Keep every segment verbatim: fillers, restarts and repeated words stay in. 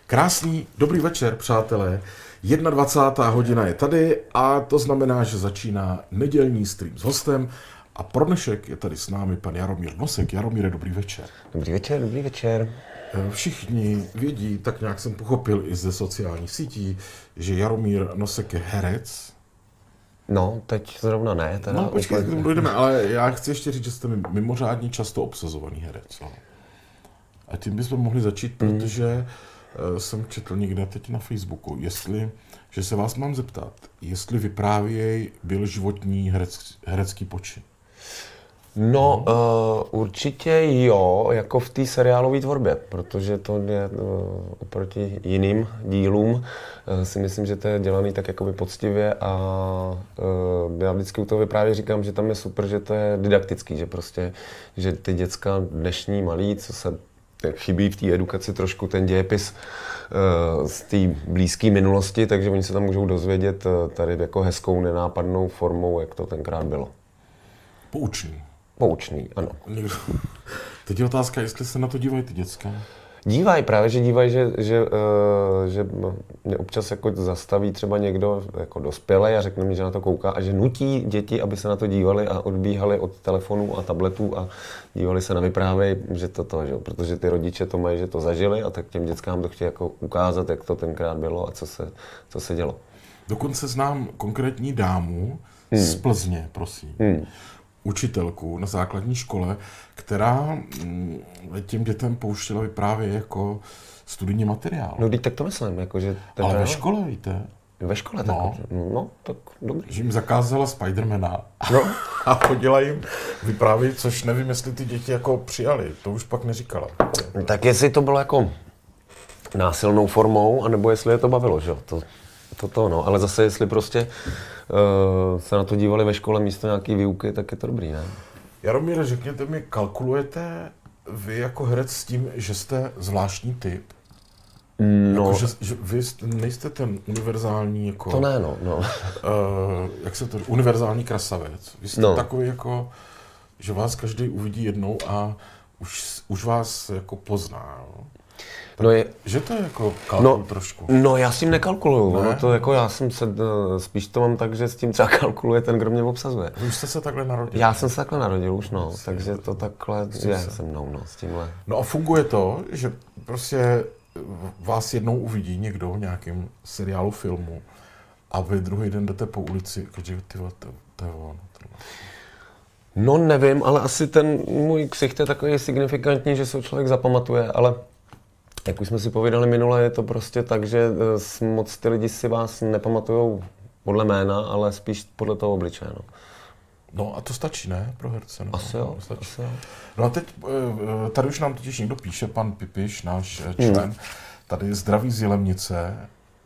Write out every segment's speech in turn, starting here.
Krásný, dobrý večer, přátelé. dvacátá jedna hodina je tady a to znamená, že začíná nedělní stream s hostem a pro dnešek je tady s námi pan Jaromír Nosek. Jaromíre, dobrý večer. Dobrý večer, dobrý večer. Všichni vědí, tak nějak jsem pochopil i ze sociálních sítí, že Jaromír Nosek je herec. No, teď zrovna ne. Teda no, počkej, k tomu dojdeme, ale já chci ještě říct, že jste mimořádně často obsazovaný herec. No. A tím bychom mohli začít, mm. protože jsem četl někde teď na Facebooku, jestli, že se vás mám zeptat, jestli vyprávěj byl životní herec, herecký počin. No, uh, určitě jo, jako v té seriálové tvorbě, protože to je uh, oproti jiným dílům, uh, si myslím, že to je dělaný tak jakoby poctivě a uh, já vždycky u toho vyprávět říkám, že tam je super, že to je didaktický, že prostě, že ty děcka dnešní malí, co se chybí v té edukaci trošku ten dějepis uh, z té blízké minulosti, takže oni se tam můžou dozvědět uh, tady jako hezkou, nenápadnou formou, jak to tenkrát bylo. Poučný. Poučný, ano. Někdo... Teď je otázka, jestli se na to dívají ty děcka. Dívají, právě, že dívají, že, že, uh, že mě občas jako zastaví třeba někdo jako dospělej a řekne mi, že na to kouká a že nutí děti, aby se na to dívali a odbíhali od telefonů a tabletů a dívali se na vyprávěj, že to to, že? Protože ty rodiče to mají, že to zažili a tak těm dětskám to chtějí jako ukázat, jak to tenkrát bylo a co se, co se dělo. Dokonce znám konkrétní dámu hmm. z Plzně, prosím. Hmm. učitelku na základní škole, která těm dětem pouštěla vyprávět jako studijní materiál. No, tak to myslím, jako, že... Ale ve škole, víte? Ve škole, no. tak, no, tak dobrý. Že jim zakázala Spidermana no. a chodila jim vyprávět, což nevím, jestli ty děti jako přijali, to už pak neříkala. Tak jestli to bylo jako násilnou formou, anebo jestli je to bavilo, že jo? To, to, to, no. Ale zase, jestli prostě uh, se na to dívali ve škole místo nějaký výuky, tak je to dobrý, ne? Jaromíre, řekněte mi, kalkulujete vy jako herec s tím, že jste zvláštní typ? No. Jako, že, že vy nejste ten univerzální jako... To ne, no. no. Uh, jak se to... Univerzální krasavec. Vy jste no. takový jako, že vás každý uvidí jednou a už, už vás jako pozná, jo? No je, že to je jako kalkul no, trošku. No já s tím nekalkuluju, ne? No to jako já jsem se, spíš to mám tak, že s tím třeba kalkuluje ten, kdo mě obsazuje. Vy už jste se takhle narodil? Já jsem se takhle narodil už, no, Jsi takže to takhle je se mnou, no, s tímhle. No a funguje to, že prostě vás jednou uvidí někdo v nějakém seriálu, filmu a vy druhý den jdete po ulici, že ty to, to je ono. No nevím, ale asi ten můj ksicht je takový signifikantní, že se člověk zapamatuje, ale jak už jsme si povídali minule, je to prostě tak, že moc ty lidi si vás nepamatujou podle jména, ale spíš podle toho obličeje, no. No a to stačí, ne, pro herce? No? Asi jo, asi jo. No a teď, tady už nám totiž někdo píše, pan Pipiš, náš člen, hmm. tady zdraví z Jilemnice,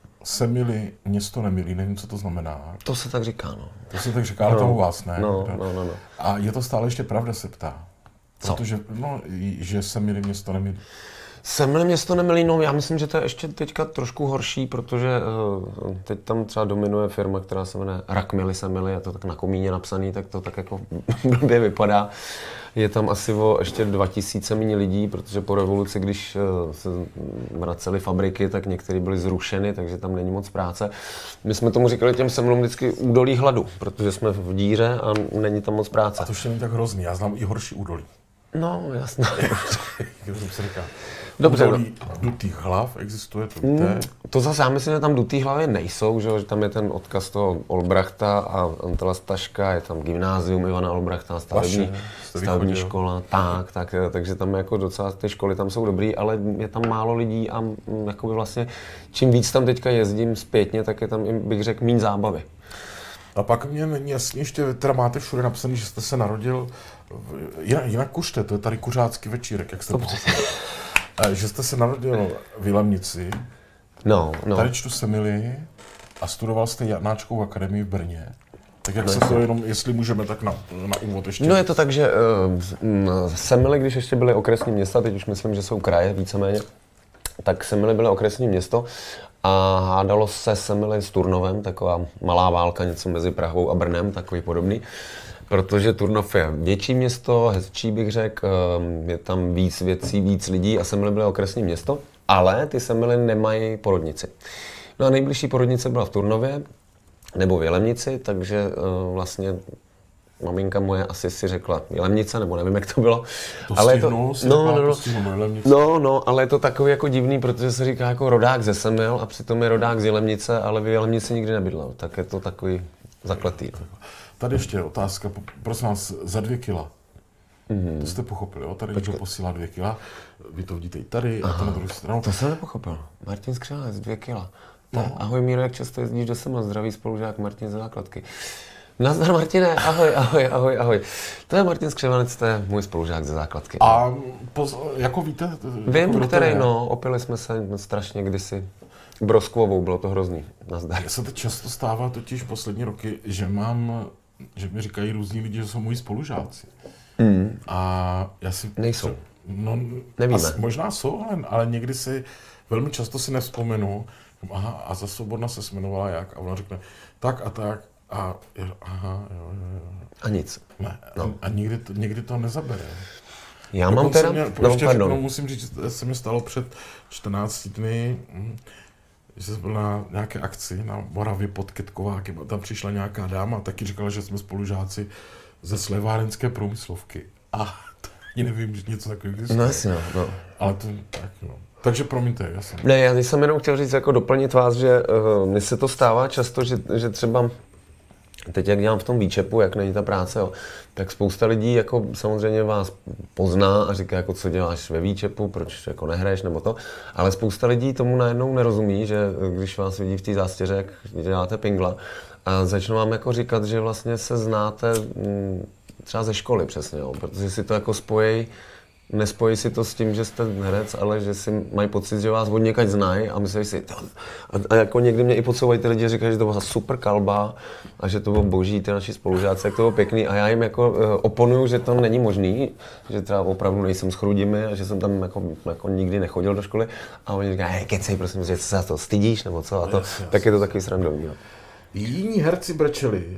Semily, město nemilí, nevím, co to znamená. To se tak říká, no. To se tak říká, ale no, to u vás, ne? No, no, no, no. A je to stále ještě pravda, se ptá. Co? Protože, no, že Semily, město nemilí. Semily město nemilí, no já myslím, že to je ještě teďka trošku horší, protože uh, teď tam třeba dominuje firma, která se jmenuje Rakmily Semily, je to tak na komíně napsaný, tak to tak jako blbě vypadá. Je tam asi o ještě dva tisíce méně lidí, protože po revoluci, když uh, se vracely fabriky, tak některé byly zrušeny, takže tam není moc práce. My jsme tomu říkali těm semlům vždycky údolí hladu, protože jsme v díře a není tam moc práce. A to už není tak hrozný, já znám i horší údolí. No, jasně. Jak se říká. Dobře, údolí dutých hlav existuje, to víte? Mm, to zase já myslím, že tam dutý hlavy nejsou, že, že tam je ten odkaz toho Olbrachta a Antela Staška, je tam gymnázium Ivana Olbrachta, stavební, stavební škola, tak, tak, takže tam jako docela ty školy tam jsou dobrý, ale je tam málo lidí a jakoby vlastně čím víc tam teďka jezdím zpětně, tak je tam, bych řekl, míň zábavy. A pak mě není jasně, ještě teda máte všude napsaný, že jste se narodil, jinak, jinak kuřte, to je tady kuřácký večírek, jak jste pochopili. Že jste se narodil v Jilemnici, no, no. tady čtu Semily a studoval jste Janáčkovou akademii v Brně. Tak jak no se to jenom, jestli můžeme, tak na, na úvod ještě. No je to tak, že uh, Semily, když ještě byly okresní města, teď už myslím, že jsou kraje víceméně, tak Semily byly okresní město a hádalo se Semily s Turnovem, taková malá válka, něco mezi Prahou a Brnem, takový podobný. Protože Turnov je větší město, hezčí bych řekl, je tam víc věcí, víc lidí a Semily bylo okresní město. ale ty Semily nemají porodnici. No a nejbližší porodnice byla v Turnově, nebo v Jelemnici, takže uh, vlastně maminka moje asi si řekla Jelemnice, nebo nevím, jak to bylo. To ale stihnul, to, si no, řekla, no, no, to stihnul Jelemnice. no, no, ale je to takový jako divný, protože se říká jako rodák ze Semil a přitom je rodák z Jelemnice, ale v Jelemnici nikdy nebydlel, tak je to takový zakletý. Tady ještě otázka, prosím vás, za dvě kila. Mm-hmm. To jste pochopili, jo? Tady někdo posílá dvě kila, vy to vidíte i tady. Aha, a to na druhou stranu. To jsem nepochopil. Martin Skřelec, dvě kila. No. Ahoj Míro, jak často jezdíš do Semil? Zdravý spolužák Martin ze základky. Nazdar Martine, ahoj, ahoj, ahoj, ahoj. To je Martin Skřevanec, to je můj spolužák ze základky. A poz, jako víte? Vím, jako který, no, opili jsme se strašně kdysi. Broskvovou, bylo to hrozný. Nazdar. Mně se to často stává totiž poslední roky, že mám, že mi říkají různí lidi, že jsou moji spolužáci. Mm. A já si... Nejsou. No, nevíme. Asi, možná jsou, ale, ale někdy si, velmi často si nevzpomenu, aha, a za Svobodna se jmenovala jak? A ona řekne, tak a tak. A aha, jo, jo, jo. A nic. Ne, no. a, a nikdy, to, nikdy to nezabere. Já mám teda... Mě, no, ještě řeknu, musím říct, že se mi stalo před čtrnácti dny, že jsem byl na nějaké akci na Moravě pod Kytkovákem a tam přišla nějaká dáma a taky říkala, že jsme spolužáci ze Slevárenské průmyslovky. A ani nevím, že něco takového existuje. No jasně, no. Ale to tak, no. Takže promiňte, já jsem... Ne, já jsem jenom chtěl říct, jako doplnit vás, že uh, mně se to stává často, že, že třeba teď, jak dělám v tom výčepu, jak není ta práce, jo, tak spousta lidí jako samozřejmě vás pozná a říká, jako, co děláš ve výčepu, proč jako nehraješ nebo to, ale spousta lidí tomu najednou nerozumí, že když vás vidí v té zástěře, jak děláte pingla a začnou vám jako říkat, že vlastně se znáte m, třeba ze školy přesně, jo, protože si to jako spojí. Nespojí si to s tím, že jste herec, ale že si mají pocit, že vás od někať znají a myslí si, to, a, a jako někdy mě i podsouvají ty lidi, říkají, že to byla super kalba a že to bylo boží, ty naši spolužáci, jak to bylo pěkný a já jim jako uh, oponuju, že to není možný, že třeba opravdu nejsem s Chrudimi a že jsem tam jako, jako nikdy nechodil do školy a oni říkají, hej, kecej, prosím, že se za to stydíš nebo co a to, yes, yes. Tak je to takový srandovní. No. Jiní herci brečeli,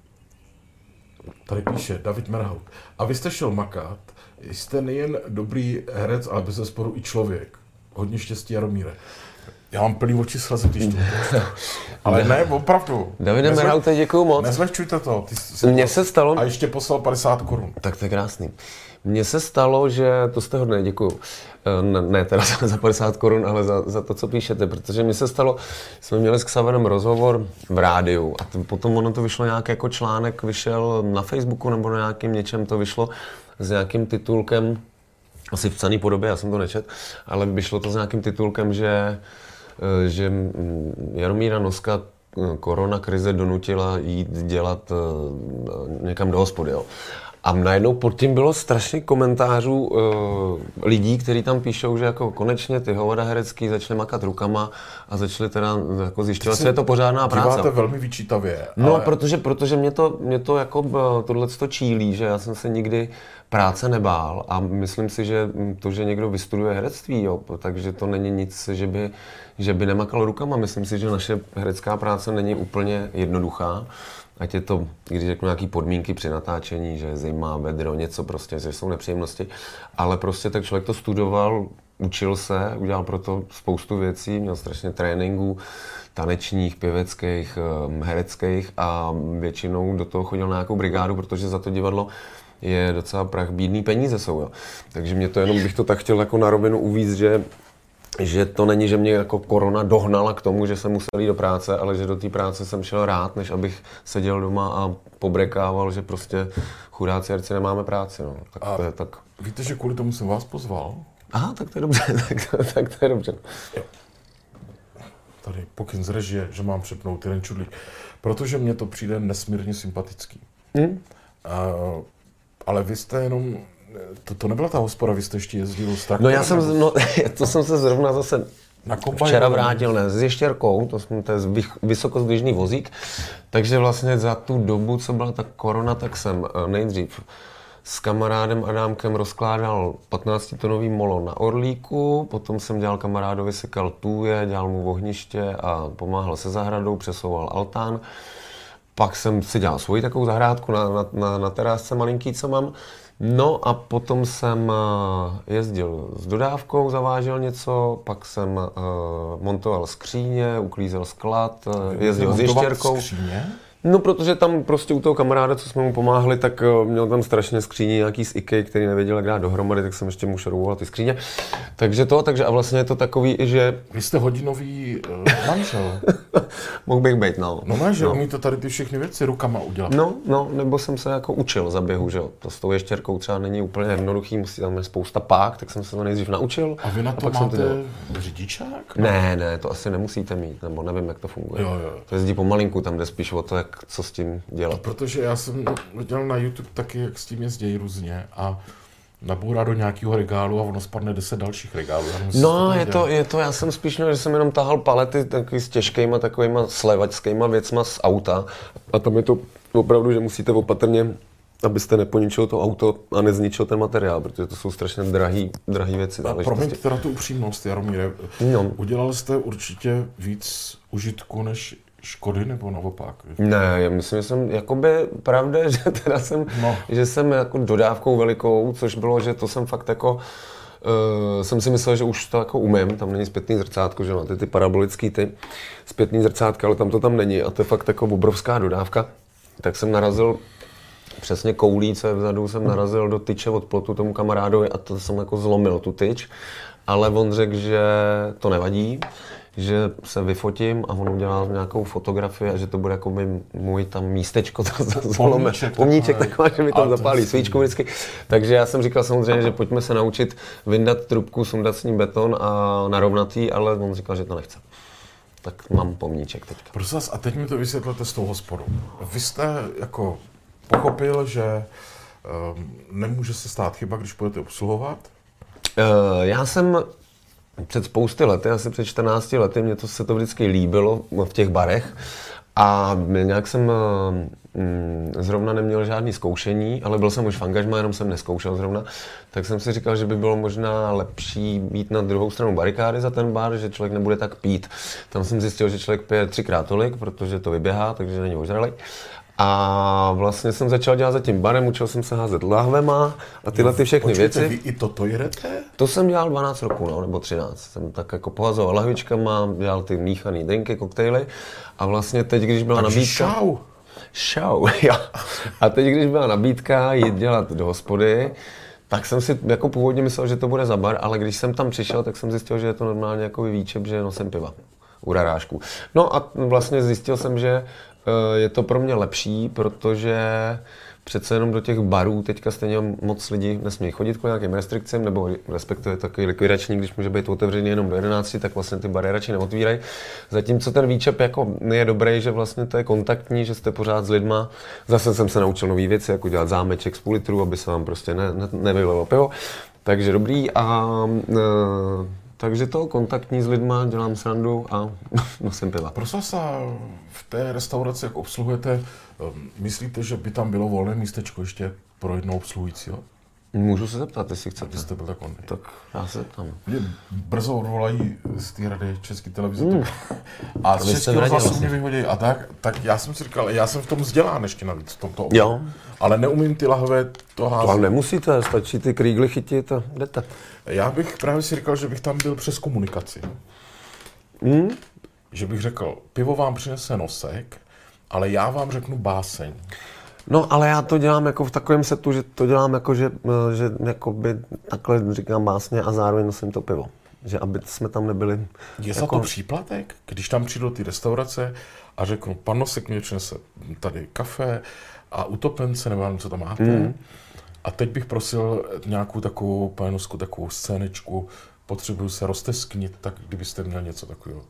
tady píše David Merhout, a vy jste šel makat. Jste nejen dobrý herec, ale bezesporu i člověk. Hodně štěstí, Jaromíre. Já mám plný oči slzy, když to ale ne, opravdu. Davide Merhaute, děkuju moc. Nezlehčujte to. Mně se stalo... A ještě poslal padesát korun. Tak to je krásný. Mně se stalo, že... To jste hodně, děkuju. Ne, ne teda za padesát korun, ale za, za to, co píšete, protože mně se stalo, jsme měli s Xaverem rozhovor v rádiu a to, potom ono to vyšlo nějak jako článek, vyšel na Facebooku nebo na nějakým něčem to vyšlo s nějakým titulkem, asi v psaný podobě, já jsem to nečet, ale vyšlo to s nějakým titulkem, že, že Jaromíra Noska korona krize donutila jít dělat někam do hospody. Jo. A najednou pod tím bylo strašně komentářů uh, lidí, kteří tam píšou, že jako konečně ty hovada herecký začaly makat rukama a začaly teda jako zjišťovat, co je to pořádná práce. Díváte velmi vyčítavě. No, ale... protože, protože mě to, mě to jako tohleto čílí, že já jsem se nikdy práce nebál a myslím si, že to, že někdo vystuduje herectví, jo, takže to není nic, že by, že by nemakal rukama. Myslím si, že naše herecká práce není úplně jednoduchá. Ať je to, když řeknu nějaký podmínky při natáčení, že zima, vedro, něco prostě, že jsou nepříjemnosti, ale prostě tak člověk to studoval, učil se, udělal pro to spoustu věcí, měl strašně tréninků, tanečních, pěveckých, hereckých a většinou do toho chodil na nějakou brigádu, protože za to divadlo je docela prach bídný peníze jsou, jo. Takže mě to jenom bych to tak chtěl jako na rovinu uvíct, že že to není, že mě jako korona dohnala k tomu, že jsem musel jít do práce, ale že do té práce jsem šel rád, než abych seděl doma a pobrekával, že prostě chudáci herci nemáme práci. No. Tak a to je tak. Víte, že kvůli tomu jsem vás pozval? Aha, tak to je dobře, tak, to, tak to je dobře. Jo. Tady pokyn z režie, že mám přepnout jeden čudlík, protože mně to přijde nesmírně sympatický. Hmm? Uh, ale vy jste jenom... To, to nebyla ta hospoda, vy jste ještě jezdil s traktorem? No já jsem, no, to jsem se zrovna zase na včera vrátil, ne, s ještěrkou, to, jsme, to je vysokozdvižný vozík, takže vlastně za tu dobu, co byla ta korona, tak jsem nejdřív s kamarádem Adámkem rozkládal patnáctitonový molo na Orlíku, potom jsem dělal kamarádovi, sekal tůje, dělal mu ohniště a pomáhal se zahradou, přesouval altán. Pak jsem si dělal svoji takovou zahrádku na, na, na, na terásce malinký, co mám. No a potom jsem jezdil s dodávkou, zavážel něco, pak jsem uh, montoval skříně, uklízel sklad, jezdil s ještěrkou. Skříně? No, protože tam prostě u toho kamaráda, co jsme mu pomáhali, tak měl tam strašně skříně nějaký z IKEA, který nevěděl, jak dát dohromady, tak jsem ještě mu šrouboval ty skříně. Takže to, takže a vlastně je to takový, že... Vy jste hodinový uh, manžel. Mohl bych být, no. No ne, že no. umíte tady ty všechny věci rukama udělat. No, no, nebo jsem se jako učil za běhu, že jo. To s tou ještěrkou třeba není úplně jednoduchý, musí tam je spousta pák, tak jsem se to nejdřív naučil. A vy na to máte to řidičák? Ne, ne, to asi nemusíte mít, nebo nevím, jak to funguje. Jo, jo. To jezdí pomalinku, tam jde spíš o to, jak co s tím dělat. No, protože já jsem viděl na YouTube taky, jak s tím jezdí různě a nabourá do nějakého regálu a ono spadne deset dalších regálů. No, je to, je to, já jsem spíš měl, že jsem jenom tahal palety takový s těžkýma, takovýma slevačskýma věcma z auta a tam je to opravdu, že musíte opatrně, abyste neponičil to auto a nezničil ten materiál, protože to jsou strašně drahý, drahý věci. A promiňte teda tu upřímnost, Jaromíre. No. Udělal jste určitě víc užitku než škody, nebo naopak? Ne, já myslím, že jsem, jakoby, pravda, že teda jsem, no. že jsem jako dodávkou velikou, což bylo, že to jsem fakt jako, uh, jsem si myslel, že už to jako umím, tam není zpětný zrcátko, že máte ty parabolický ty zpětný zrcátka, ale tam to tam není a to je fakt jako obrovská dodávka. Tak jsem narazil přesně koulíce vzadu, jsem narazil do tyče od plotu tomu kamarádovi a to jsem jako zlomil tu tyč, ale on řekl, že to nevadí, že se vyfotím a on udělal nějakou fotografii a že to bude jako můj tam místečko, to zlome. Pomníček taková, že mi tam zapálí svíčku vždycky. Takže já jsem říkal samozřejmě, že pojďme se naučit vyndat trubku, sundat s ním beton a narovnat jí, ale on říkal, že to nechce. Tak mám pomníček teďka. Prosím vás, a teď mi to vysvětlete s tou hospodou. Vy jste jako pochopil, že um, nemůže se stát chyba, když budete obsluhovat? Uh, já jsem před spousty lety, asi před čtrnácti lety, mě to se to vždycky líbilo v těch barech a nějak jsem mm, zrovna neměl žádný zkoušení, ale byl jsem už v angažmá, jenom jsem neskoušel zrovna, tak jsem si říkal, že by bylo možná lepší být na druhou stranu barikády za ten bar, že člověk nebude tak pít. Tam jsem zjistil, že člověk pije třikrát tolik, protože to vyběhá, takže není ožralej. A vlastně jsem začal dělat za tím barem, učil jsem se házet lahvema a tyhle ty všechny Počkejte, věci. Vy i toto jedete? To jsem dělal dvanáct roků, no, nebo třináct. Jsem tak jako pohazoval lahvičkama, dělal ty míchaný drinky, koktejly a vlastně teď, když byla Takže nabídka... šau. Šau, jo. A teď, když byla nabídka jít dělat do hospody, tak jsem si jako původně myslel, že to bude za bar, ale když jsem tam přišel, tak jsem zjistil, že je to normálně jako výčep, že nosím piva u rarážků. No a vlastně zjistil jsem, že je to pro mě lepší, protože přece jenom do těch barů teďka stejně moc lidí nesmí chodit kvůli nějakým restrikcím, nebo respektive takový likvidační, když může být otevřený jenom do jedenácti, tak vlastně ty bary radši neotvírají. Zatímco ten výčep jako je dobrý, že vlastně to je kontaktní, že jste pořád s lidma. Zase jsem se naučil nový věci, jako dělat zámeček z půl litru, aby se vám prostě ne, ne, nevylilo pivo. Takže dobrý a e, takže to kontaktní s lidma, dělám srandu a nosím piva. Prosím se, v té restauraci, jak obsluhujete, myslíte, že by tam bylo volné místečko ještě pro jednoho obsluhujícího? Můžu se zeptat, jestli chcete. Jste byl tak on. Tak já se tam. Mě brzo odvolají z té rady České televize. Mm. A z Českého rozhlasu mě vyhodí. A tak, tak já jsem si říkal, já jsem v tom vzdělán ještě navíc, v tomto období. Jo. Ale neumím ty lahve to házet. Ale nemusíte, stačí ty krýgly chytit a jdete. Já bych právě si říkal, že bych tam byl přes komunikaci. Mm. Že bych řekl, pivo vám přinese Nosek, ale já vám řeknu báseň. No, ale já to dělám jako v takovém setu, že to dělám jako, že, že jakoby takhle říkám básně a zároveň nosím to pivo. Že aby jsme tam nebyli... Je jako... za to příplatek? Když tam přijdu do té restaurace a řeknu, pan Nosek mě přinese tady kafe a utopence, nebo co tam máte. Mm. A teď bych prosil nějakou takovou panosku, takovou scénečku, potřebuju se roztesknit, tak kdybyste měl něco takového.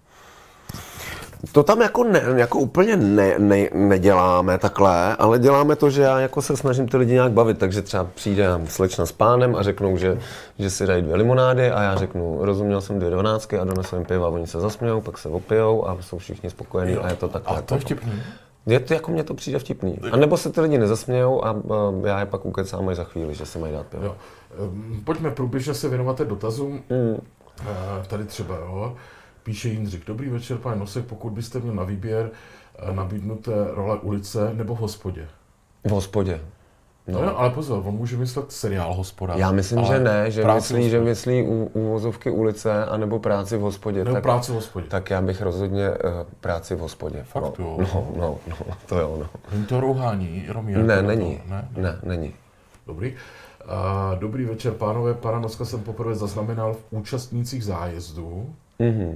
To tam jako, ne, jako úplně ne, ne, neděláme takhle, ale děláme to, že já jako se snažím ty lidi nějak bavit, takže třeba přijde slečna s pánem a řeknou, že, že si dají dvě limonády a já řeknu, rozuměl jsem dvě dvanáctky a donesu jim piva, oni se zasmějou, pak se opijou a jsou všichni spokojení a je to takhle. A to je vtipný. Je to, jako mně to přijde vtipný. A nebo se ty lidi nezasmějou a, a já je pak ukecám až za chvíli, že se mají dát pivo. Jo. Pojďme průběžně se věnovat dotazům. Mm. Tady třeba, jo. Píše Jindřich, dobrý večer, pane Nosek, pokud byste měl na výběr nabídnuté role ulice nebo v hospodě? V hospodě. No, no ale pozor, on může myslet seriál Hospoda. Já myslím, že ne, že myslí, že myslí u, uvozovky ulice, anebo práci v hospodě. Nebo tak, práci v hospodě. Tak já bych rozhodně uh, práci v hospodě. Fakt no, jo? No, no, no, to jo, no. Není to rouhání, Romír? Ne, není. Ne, ne, ne, není. Dobrý. Uh, dobrý večer, pánové. Pana Noska jsem poprvé zaznamenal v účastnících zájezdu. Mm-hmm.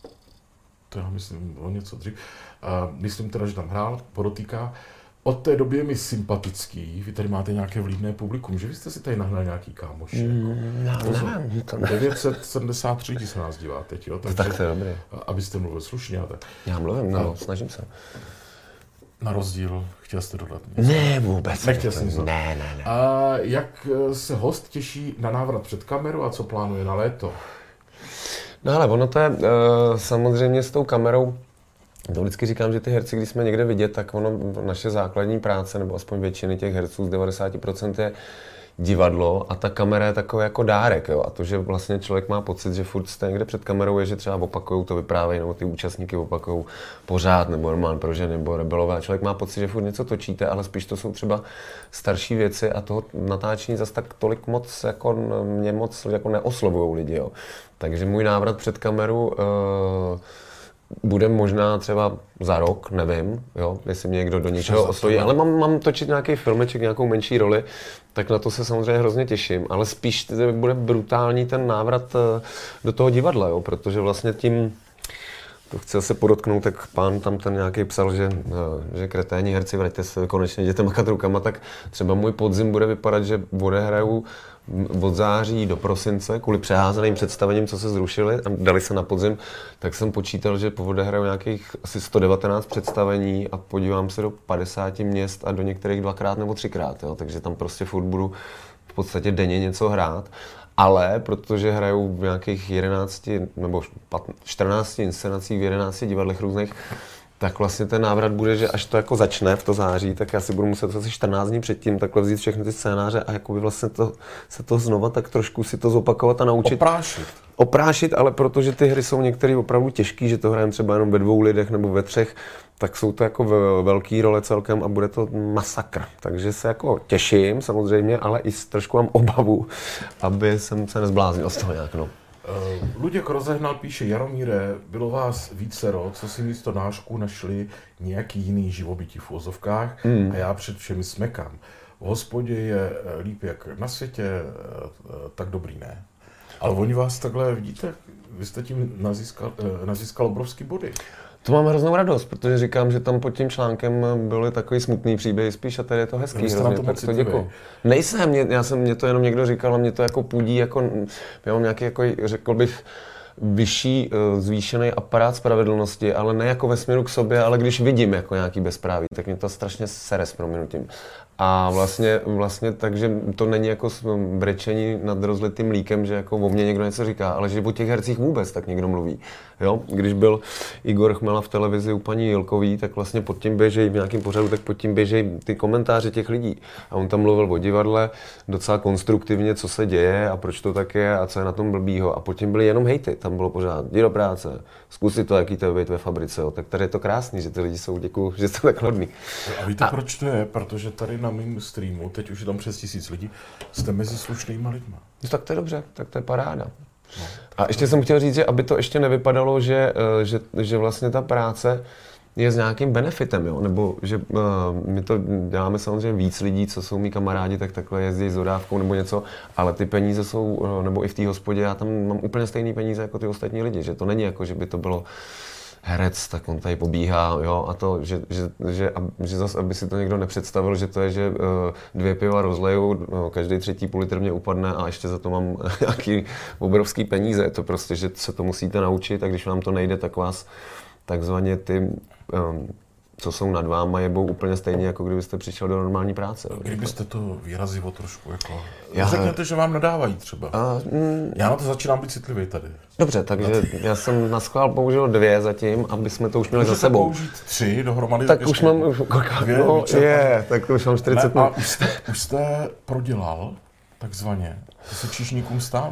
To já myslím o něco dřív. Uh, myslím teda, že tam hrál, podotýká. Od té doby je mi sympatický, vy tady máte nějaké vlídné publikum, že vy jste si tady nahnali nějaký kámoši. Mm, jako. no, ne, to ne. devět set sedmdesát tři lidí se nás dívá teď, jo? Takže, tak to je dobrý. Abyste mluvil slušně. Tak. Já mluvím, no, a, snažím se. Na rozdíl, chtěl jste dodat něco? Ne, vůbec. Nechtěl jsem to. Ne, ne, ne. A jak se host těší na návrat před kameru a co plánuje na léto? No ale ono to je uh, samozřejmě s tou kamerou. To vždycky říkám, že ty herci, když jsme někde vidět, tak ono, naše základní práce, nebo aspoň většiny těch herců z devadesát procent je divadlo a ta kamera je takový jako dárek. Jo? A to, že vlastně člověk má pocit, že furt jste někde před kamerou, je, že třeba opakujou to vyprávějí, nebo ty účastníky opakujou pořád, nebo Román pro ženy, nebo Rebelové. A člověk má pocit, že furt něco točíte, ale spíš to jsou třeba starší věci a toho natáčení zase tak tolik moc, jako mě moc jako neoslovujou lidi. Jo? Takže můj návrat před kameru uh, bude možná třeba za rok, nevím, jo, jestli mě někdo do něčeho osloví, ale mám, mám točit nějaký filmeček, nějakou menší roli, tak na to se samozřejmě hrozně těším, ale spíš bude brutální ten návrat do toho divadla, jo, protože vlastně tím, to chci se podotknout, tak pán tam ten nějaký psal, že, že kreténi herci, vraťte se konečně, jděte makat rukama, tak třeba můj podzim bude vypadat, že odehraju od září do prosince, kvůli přeházaným představením, co se zrušili a dali se na podzim, tak jsem počítal, že odehraju nějakých asi sto devatenáct představení a podívám se do padesáti měst a do některých dvakrát nebo třikrát, jo? Takže tam prostě furt budu v podstatě denně něco hrát. Ale protože hraju v nějakých jedenácti nebo čtrnácti inscenacích v jedenácti divadlech různých, tak vlastně ten návrat bude, že až to jako začne v to září, tak já si budu muset asi čtrnáct dní předtím takhle vzít všechny ty scénáře a jakoby vlastně to, se to znova tak trošku si to zopakovat a naučit. Oprášit. Oprášit, ale protože ty hry jsou některé opravdu těžké, že to hrajeme třeba jenom ve dvou lidech nebo ve třech, tak jsou to jako velký role celkem a bude to masakr. Takže se jako těším samozřejmě, ale i trošku mám obavu, aby jsem se nezbláznil z toho nějak, no. Uh, Luděk Rozehnal píše: Jaromíre, bylo vás vícero, co si místo nášků našli nějaký jiný živobytí v uvozovkách mm. a já před všemi smekám. V hospodě je líp jak na světě, tak dobrý ne. Ale oni vás takhle, vidíte, vy jste tím nazískal, nazískal obrovský body. To mám hroznou radost, protože říkám, že tam pod tím článkem byly takový smutný příběh spíš a tady je to hezký hrozně, tak to děkuji. Nejsem, mě, já jsem, mě to jenom někdo říkal a mě to jako půdí, jako, já mám nějaký, jako, řekl bych, vyšší zvýšený aparát spravedlnosti, ale ne jako ve směru k sobě, ale když vidím jako nějaký bezpráví, tak mě to strašně sere s prominutím. A vlastně, vlastně takže to není jako brečení nad rozlitým mlíkem, že jako o mně někdo něco říká, ale že o těch hercích vůbec tak někdo mluví. Jo? Když byl Igor Chmela v televizi u paní Jilkový, tak vlastně pod tím běžejí v nějakém pořadu, tak pod tím běžejí ty komentáře těch lidí. A on tam mluvil o divadle docela konstruktivně, co se děje a proč to tak je a co je na tom blbýho. A pod tím byly jenom hejty, tam bylo pořád, jdi do práce, zkus si to, jaký to je být ve fabrice. Jo? Tak tady je to krásný, že ty lidi jsou, děkuju, že jste tak hodný. A víte, a... proč to je? Protože tady na mým streamu, teď už je tam přes tisíc lidí, jste mezi slušnýma lidma. No, tak to je dobře, tak to je paráda. No, a ještě jsem chtěl říct, že aby to ještě nevypadalo, že, že, že vlastně ta práce je s nějakým benefitem, jo? Nebo že uh, my to děláme samozřejmě víc lidí, co jsou mý kamarádi, tak takhle jezdí s dodávkou nebo něco, ale ty peníze jsou, uh, nebo i v té hospodě, já tam mám úplně stejné peníze jako ty ostatní lidi, že to není jako, že by to bylo herec, tak on tady pobíhá, jo, a to, že, že, že, že zase, aby si to někdo nepředstavil, že to je, že uh, dvě piva rozleju, no, každý třetí půl litr mě upadne a ještě za to mám nějaký obrovský peníze, to prostě, že se to musíte naučit a když vám to nejde, tak vás takzvaně ty, um, co jsou nad váma, jebou úplně stejně, jako kdybyste přišel do normální práce. Kdybyste to výrazivo trošku jako... Já... Řekněte, že vám nadávají třeba. A, mm, já na to začínám být citlivý tady. Dobře, takže já jsem na schvál použil dvě zatím, aby jsme to už měli za sebou. Můžete použít tři dohromady? Tak už mám, dvě, no, je, tak už mám čtyřicet. Ne, a už jste, už jste prodělal, takzvaně, to se číšníkům stává.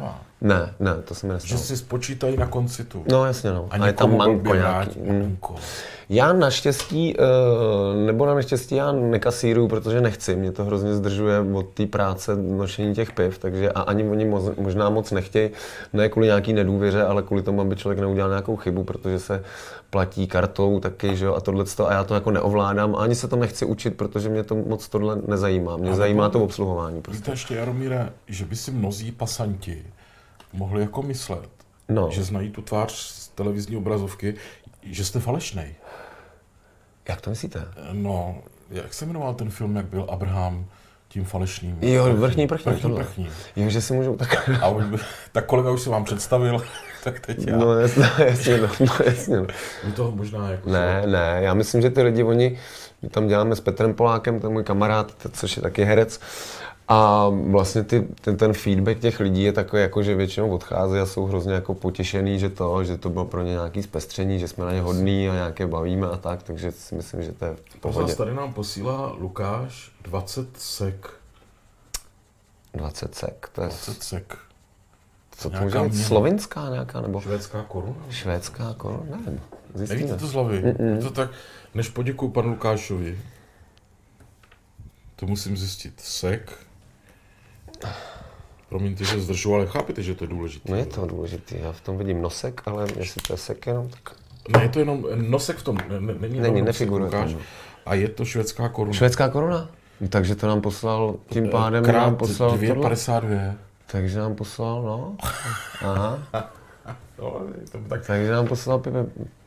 Ne, ne, to se mi nestalo. Že si spočítají na konci tu. No jasně, no. A, a je tam manko nějaký. Mm. Já naštěstí, nebo na neštěstí, já nekasíruju, protože nechci. Mě to hrozně zdržuje od té práce, nošení těch piv, takže a ani oni možná moc nechtějí, ne kvůli nějaký nedůvěře, ale kvůli tomu, aby člověk neudělal nějakou chybu, protože se platí kartou taky, že jo, a tohleto, a já to jako neovládám, ani se to nechci učit, protože mě to moc tohle nezajímá. Mě a zajímá to obsluhování. Prostě. Víte ještě, Jaromíre, že by si mnozí pasanti mohli jako myslet, no. že znají tu tvář z televizní obrazovky, že jste falešnej. Jak to myslíte? No, jak se jmenoval ten film, jak byl Abraham tím falešným? Jo, vrchní prchní. Vrchní prchní. Jo, že si můžou tak... A už, tak kolega už se vám představil, tak teď já. No jasně, jasně, no, no jasně. No. My toho možná jako... Ne, so... ne, já myslím, že ty lidi, oni, my tam děláme s Petrem Polákem, to je můj kamarád, což je taky herec. A vlastně ty, ten, ten feedback těch lidí je takový, jako, že většinou odchází a jsou hrozně jako potěšený, že to, že to bylo pro ně nějaký zpestření, že jsme na ně hodný a nějaké bavíme a tak, takže si myslím, že to je v pohodě. Tady nám posílá Lukáš dvacet sek. dvacet sek, to je... dvacet sek. Co to může být? Slovinská nějaká, nebo? Švédská koruna? Švédská koruna, nevím. Zjistíme. Nevíte to z hlavy? To tak, než poděkuju panu Lukášovi. To musím zjistit. Sek. Promiňte, že zdržu, ale chápete, že to je důležité. No je to důležité, já v tom vidím nosek, ale jestli to je sek jenom, tak... Ne, je to jenom, nosek v tom, ne, není, není nefiguruje tam. A je to švédská koruna. Švédská koruna? Takže to nám poslal, tím pádem krát nám poslal dvě padesát dvě. Takže nám poslal, no. Aha. No, to tak... Takže nám poslal pive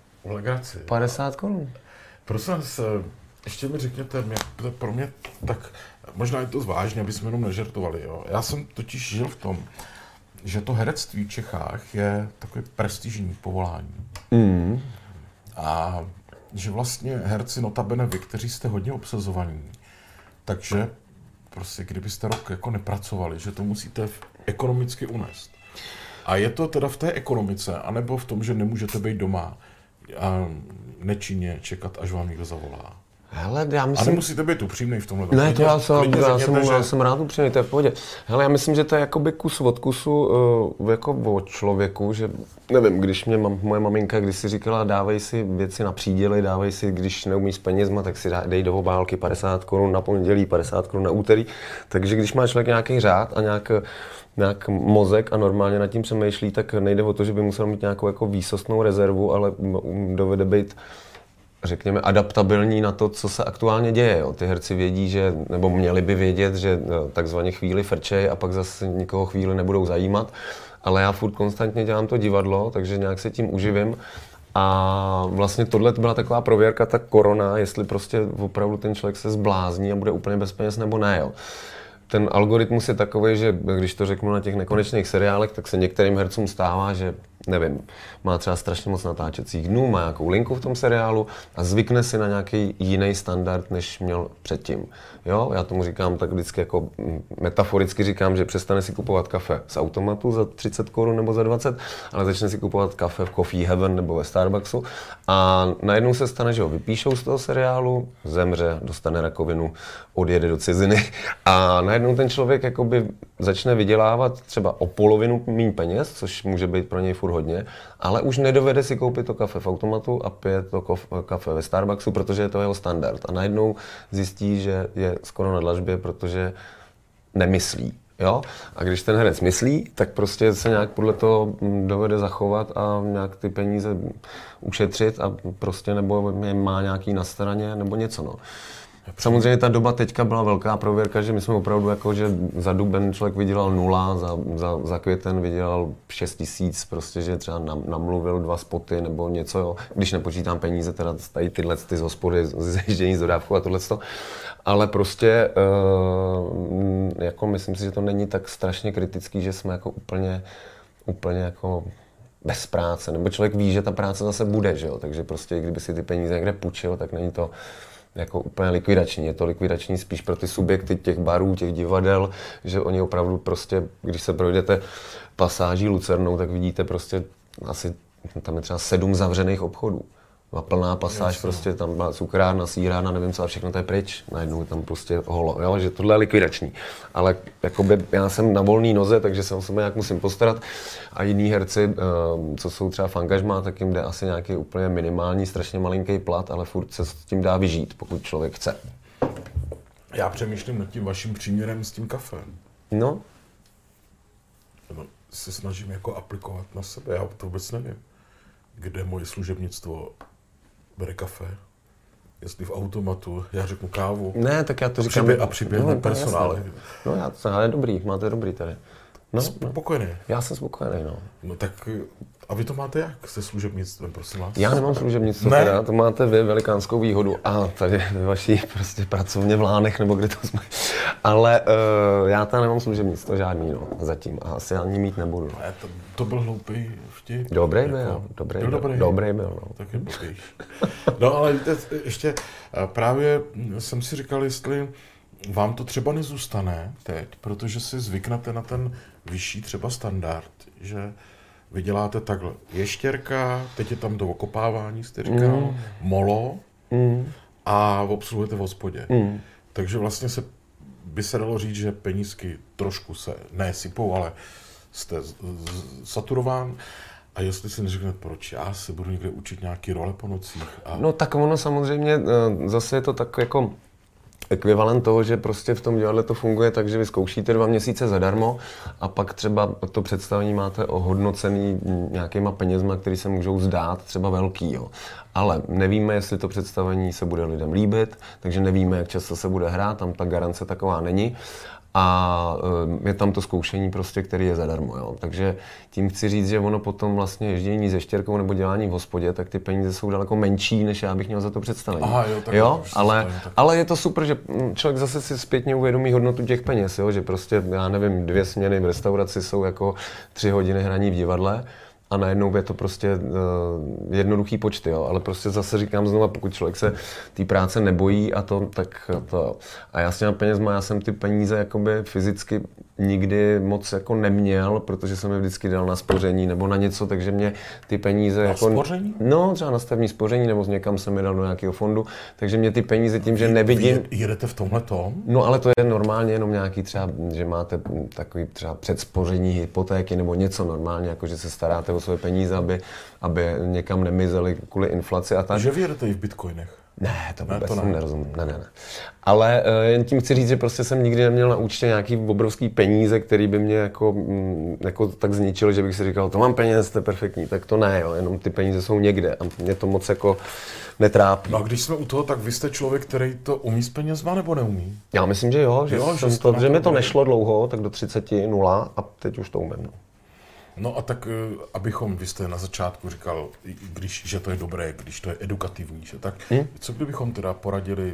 padesát korun. Prosím vás, ještě mi řekněte, mě, pro mě tak, možná je to zvážně, aby jsme jenom nežertovali, jo. Já jsem totiž žil v tom, že to herectví v Čechách je takové prestižní povolání. Mm. A že vlastně herci notabene vy, kteří jste hodně obsazovaní, takže prostě kdybyste rok jako nepracovali, že to musíte ekonomicky unést. A je to teda v té ekonomice, anebo v tom, že nemůžete být doma a nečinně čekat, až vám někdo zavolá. Hele, já myslím... A nemusíte být upřímnej v tomhle. Ne, to já, jsem, klidně já, řekněte, jsem, že... já jsem rád upřímnej, to je v pohodě. Hele, já myslím, že to je jakoby kus od kusu uh, jako o člověku, že nevím, když mě mam, moje maminka když si říkala, dávej si věci na příděly, dávej si, když neumíš s penězma, tak si dej do obálky padesát korun na pondělí, padesát korun na úterý. Takže když má člověk nějaký řád a nějak nějak mozek a normálně nad tím přemýšlí, tak nejde o to, že by musel mít nějakou jako výsostnou rezervu, ale dovede být, řekněme, adaptabilní na to, co se aktuálně děje. Jo. Ty herci vědí, že, nebo měli by vědět, že takzvaně chvíli frčej a pak zase nikoho chvíli nebudou zajímat. Ale já furt konstantně dělám to divadlo, takže nějak se tím uživím. A vlastně tohle byla taková prověrka, ta korona, jestli prostě opravdu ten člověk se zblázní a bude úplně bez peněz nebo ne. Jo. Ten algoritmus je takový, že když to řeknu na těch nekonečných seriálech, tak se některým hercům stává, že nevím, má třeba strašně moc natáčecích dnů, má nějakou linku v tom seriálu a zvykne si na nějaký jiný standard, než měl předtím. Jo, já tomu říkám tak vždycky jako metaforicky říkám, že přestane si kupovat kafe z automatu za třicet korun nebo za dvacet, ale začne si kupovat kafe v Coffee Heaven nebo ve Starbucksu a najednou se stane, že ho vypíšou z toho seriálu, zemře, dostane rakovinu, odjede do ciziny a najednou ten člověk jakoby začne vydělávat třeba o polovinu méně peněz, což může být pro něj furt hodně, ale už nedovede si koupit to kafe v automatu a pije to kof- kafe ve Starbucksu, protože je to jeho standard. A najednou zjistí, že je skoro na dlažbě, protože nemyslí. Jo? A když ten herec myslí, tak prostě se nějak podle toho dovede zachovat a nějak ty peníze ušetřit a prostě nebo má nějaký na straně nebo něco. No. Samozřejmě ta doba teďka byla velká prověrka, že my jsme opravdu jako, že za duben člověk vydělal nula, za, za, za květen vydělal šest tisíc, prostě, že třeba nam, namluvil dva spoty nebo něco, jo. Když nepočítám peníze, teda tady tyhle ty z hospody, zježdění z dodávkou a tohleto. Ale prostě, uh, jako myslím si, že to není tak strašně kritický, že jsme jako úplně, úplně jako bez práce, nebo člověk ví, že ta práce zase bude, že jo, takže prostě kdyby si ty peníze někde půjčil, tak není to jako úplně likvidační. Je to likvidační spíš pro ty subjekty těch barů, těch divadel, že oni opravdu prostě, když se projdete pasáží Lucernou, tak vidíte prostě asi, tam je třeba sedm zavřených obchodů. A plná pasáž, Jasně. prostě tam byla cukrárna, sýrárna, nevím co, a všechno to je pryč. Najednou tam prostě holo, jo, že tohle je likvidační. Ale jakoby já jsem na volné noze, takže se o sebe nějak musím postarat. A jiní herci, co jsou třeba v angažmá, tak jim jde asi nějaký úplně minimální, strašně malinký plat, ale furt se s tím dá vyžít, pokud člověk chce. Já přemýšlím nad tím vaším příměrem s tím kafem. No. no se snažím jako aplikovat na sebe, já to vůbec nevím. Kde moje služebnictvo bere kafe, jestli v automatu, já řeknu kávu. Ne, tak já to říkám. Přibě, a přiběhne no, personál. No já to, ale dobrý, máte dobrý tady. No, spokojený. Já jsem spokojený, no. No tak, a vy to máte jak se služebnictvem, prosím vás? Já nemám služebnictvo, ne. teda, to máte vy velikánskou výhodu. A tady ve vaší prostě pracovně v Lánech, nebo kde to jsme. Ale uh, já tam nemám služebnictvo žádný, no, zatím. A asi ani mít nebudu. Ne, to, to byl hloupý vtip. Dobrý jako, byl, dobrý byl. Dobrý, dobrý byl, no. Tak je blbý. No ale víte, ještě právě jsem si říkal, jestli vám to třeba nezůstane teď, protože si zvyknete na ten vyšší třeba standard, že vy děláte takhle ještěrka, teď je tam to okopávání, jste říkal, mm. molo mm. a obsluhujete v hospodě. Mm. Takže vlastně se, by se dalo říct, že penízky trošku se nesypou, ale jste z, z, saturován. A jestli si neřeknete, proč já se budu někde učit nějaký role po nocích? A... No tak ono samozřejmě, zase je to tak jako ekvivalent toho, že prostě v tom divadle to funguje tak, že vy zkoušíte dva měsíce zadarmo a pak třeba to představení máte ohodnocený nějakýma penězma, které se můžou zdát třeba velký. Jo. Ale nevíme, jestli to představení se bude lidem líbit, takže nevíme, jak často se bude hrát, tam ta garance taková není. A je tam to zkoušení prostě, který je zadarmo, jo. Takže tím chci říct, že ono potom vlastně ježdění se štěrkou nebo dělání v hospodě, tak ty peníze jsou daleko menší, než já bych měl za to představení. Aha, jo, tak jo, ale, ale je to super, že člověk zase si zpětně uvědomí hodnotu těch peněz, jo, že prostě, já nevím, dvě směny v restauraci jsou jako tři hodiny hraní v divadle. A najednou je to prostě uh, jednoduchý počty, jo. Ale prostě zase říkám znova, pokud člověk se té práce nebojí a to, tak to. A já s těma penězma, já jsem ty peníze jakoby fyzicky nikdy moc jako neměl, protože jsem je vždycky dal na spoření nebo na něco, takže mě ty peníze na jako... spoření? No, třeba na stavní spoření nebo někam jsem je dal do nějakého fondu, takže mě ty peníze tím, že nevidím... Vy jedete v tomhle tom? No, ale to je normálně jenom nějaký třeba, že máte takový třeba předspoření hypotéky nebo něco normálně, jako že se staráte o své peníze, aby, aby někam nemizely kvůli inflaci a tak. Že vy jedete i v bitcoinech? Ne, to vůbec ne, to ne. nerozumím. Ne, ne, ne. Ale uh, jen tím chci říct, že prostě jsem nikdy neměl na účtě nějaký obrovský peníze, který by mě jako, mm, jako tak zničil, že bych si říkal, to mám peněz, to je perfektní. Tak to ne, jo, jenom ty peníze jsou někde a mě to moc jako netrápí. No a když jsme u toho, tak vy jste člověk, který to umí s penězma nebo neumí? Já myslím, že jo, že, jo, že, to, to, že mi to nešlo dlouho, tak do třiceti nula a teď už to umím. No. No a tak, abychom, vy jste na začátku říkal, když, že to je dobré, když to je edukativní, že tak, hmm? co kdybychom teda poradili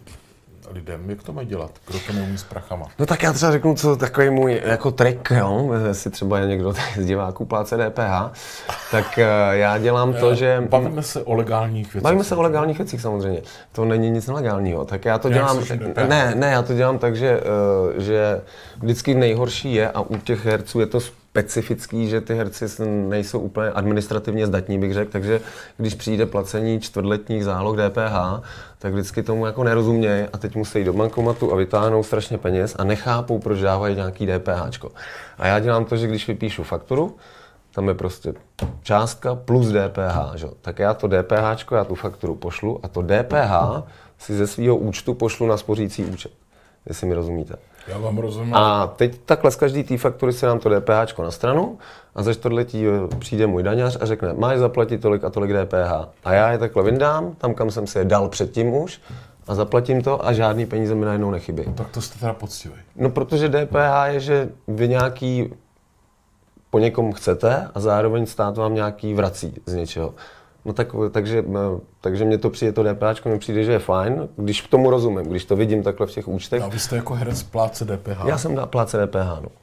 lidem, jak to mají dělat, kdo to neumí s prachama? No tak já třeba řeknu, co takový můj jako trik, jo, jestli třeba je někdo z diváků pláce D P H, tak já dělám to, že... Bavíme se o legálních věcech. Bavíme se o legálních věcích samozřejmě, to není nic nelegálního, tak já to dělám, ne, ne, já to dělám tak, že, že vždycky nejhorší je a u těch herců je to specifický, že ty herci nejsou úplně administrativně zdatní, bych řekl, takže když přijde placení čtvrtletních záloh D P H, tak vždycky tomu jako nerozumějí a teď musí jít do bankomatu a vytáhnou strašně peněz a nechápou, proč dávají nějaký DPHčko. A já dělám to, že když vypíšu fakturu, tam je prostě částka plus D P H, že? Tak já to DPHčko, já tu fakturu pošlu a to D P H si ze svého účtu pošlu na spořící účet, jestli mi rozumíte. Já vám rozumím. A teď takhle z každý té faktury si dám to DPHčko na stranu a za čtvrtletí přijde můj daňař a řekne, máš zaplatit tolik a tolik D P H. A já je takhle vyndám, tam, kam jsem si je dal předtím už a zaplatím to a žádný peníze mi najednou nechybí. Tak to jste teda poctivý. No protože D P H je, že vy nějaký po někom chcete a zároveň stát vám nějaký vrací z něčeho. No tak, takže, takže mě to přijde, to DPHčko mi přijde, že je fajn, když k tomu rozumím, když to vidím takhle v těch účtech. A vy jste jako herec plátce D P H? Já jsem plátce D P H, no.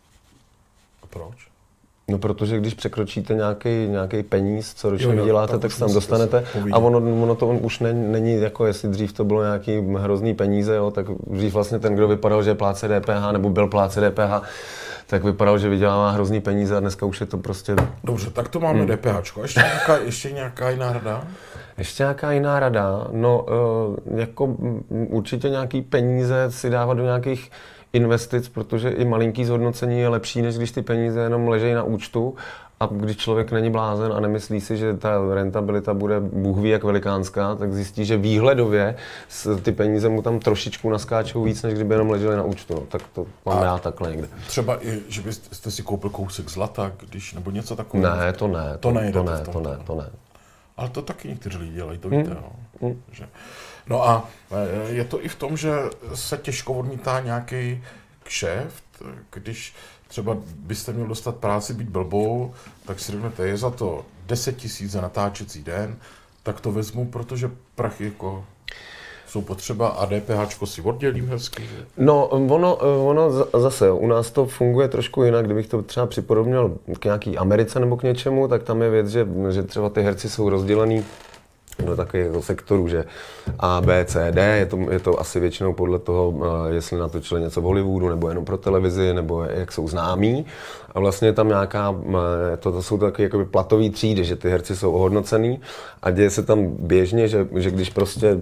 A proč? No protože když překročíte nějaký, nějaký peníz, co ročně vyděláte, tak se tam dostanete a ono, ono to on už není, není jako jestli dřív to bylo nějaký hrozný peníze, jo, tak dřív vlastně ten, kdo vypadal, že je plátce D P H nebo byl plátce D P H, tak vypadalo, že vydělává hrozný peníze a dneska už je to prostě... Dobře, tak to máme hmm. DPHčko. Ještě nějaká, ještě nějaká jiná rada? Ještě nějaká jiná rada? No, uh, jako určitě nějaký peníze si dávat do nějakých investic, protože i malinký zhodnocení je lepší, než když ty peníze jenom ležejí na účtu. A když člověk není blázen a nemyslí si, že ta rentabilita bude bůh ví jak velikánská, tak zjistí, že výhledově ty peníze mu tam trošičku naskáčou víc, než kdyby jenom ležely na účtu. No. Tak to mám a já takhle někde. Třeba i, že byste si koupil kousek zlata, když, nebo něco takového? Ne, to ne. To, to nejde. To ne, to ne, to ne. Ale to taky někteří lidi dělají, to víte. Hmm. No. Hmm. Že. No a je to i v tom, že se těžko odmítá nějaký kšeft, když třeba byste měl dostat práci být blbou, tak si řeknete, je za to deset tisíc za natáčecí den, tak to vezmu, protože prachy jako jsou potřeba a DPHčko si oddělím hezky. Že? No, ono, ono zase, u nás to funguje trošku jinak, kdybych to třeba připodobnil k nějaký Americe nebo k něčemu, tak tam je věc, že, že třeba ty herci jsou rozdělený do takových sektorů, že A, B, C, D, je to, je to asi většinou podle toho, jestli natočili něco v Hollywoodu, nebo jenom pro televizi, nebo jak jsou známí. A vlastně je tam nějaká, to, to jsou takové jakoby platový třídy, že ty herci jsou ohodnocený a děje se tam běžně, že, že když prostě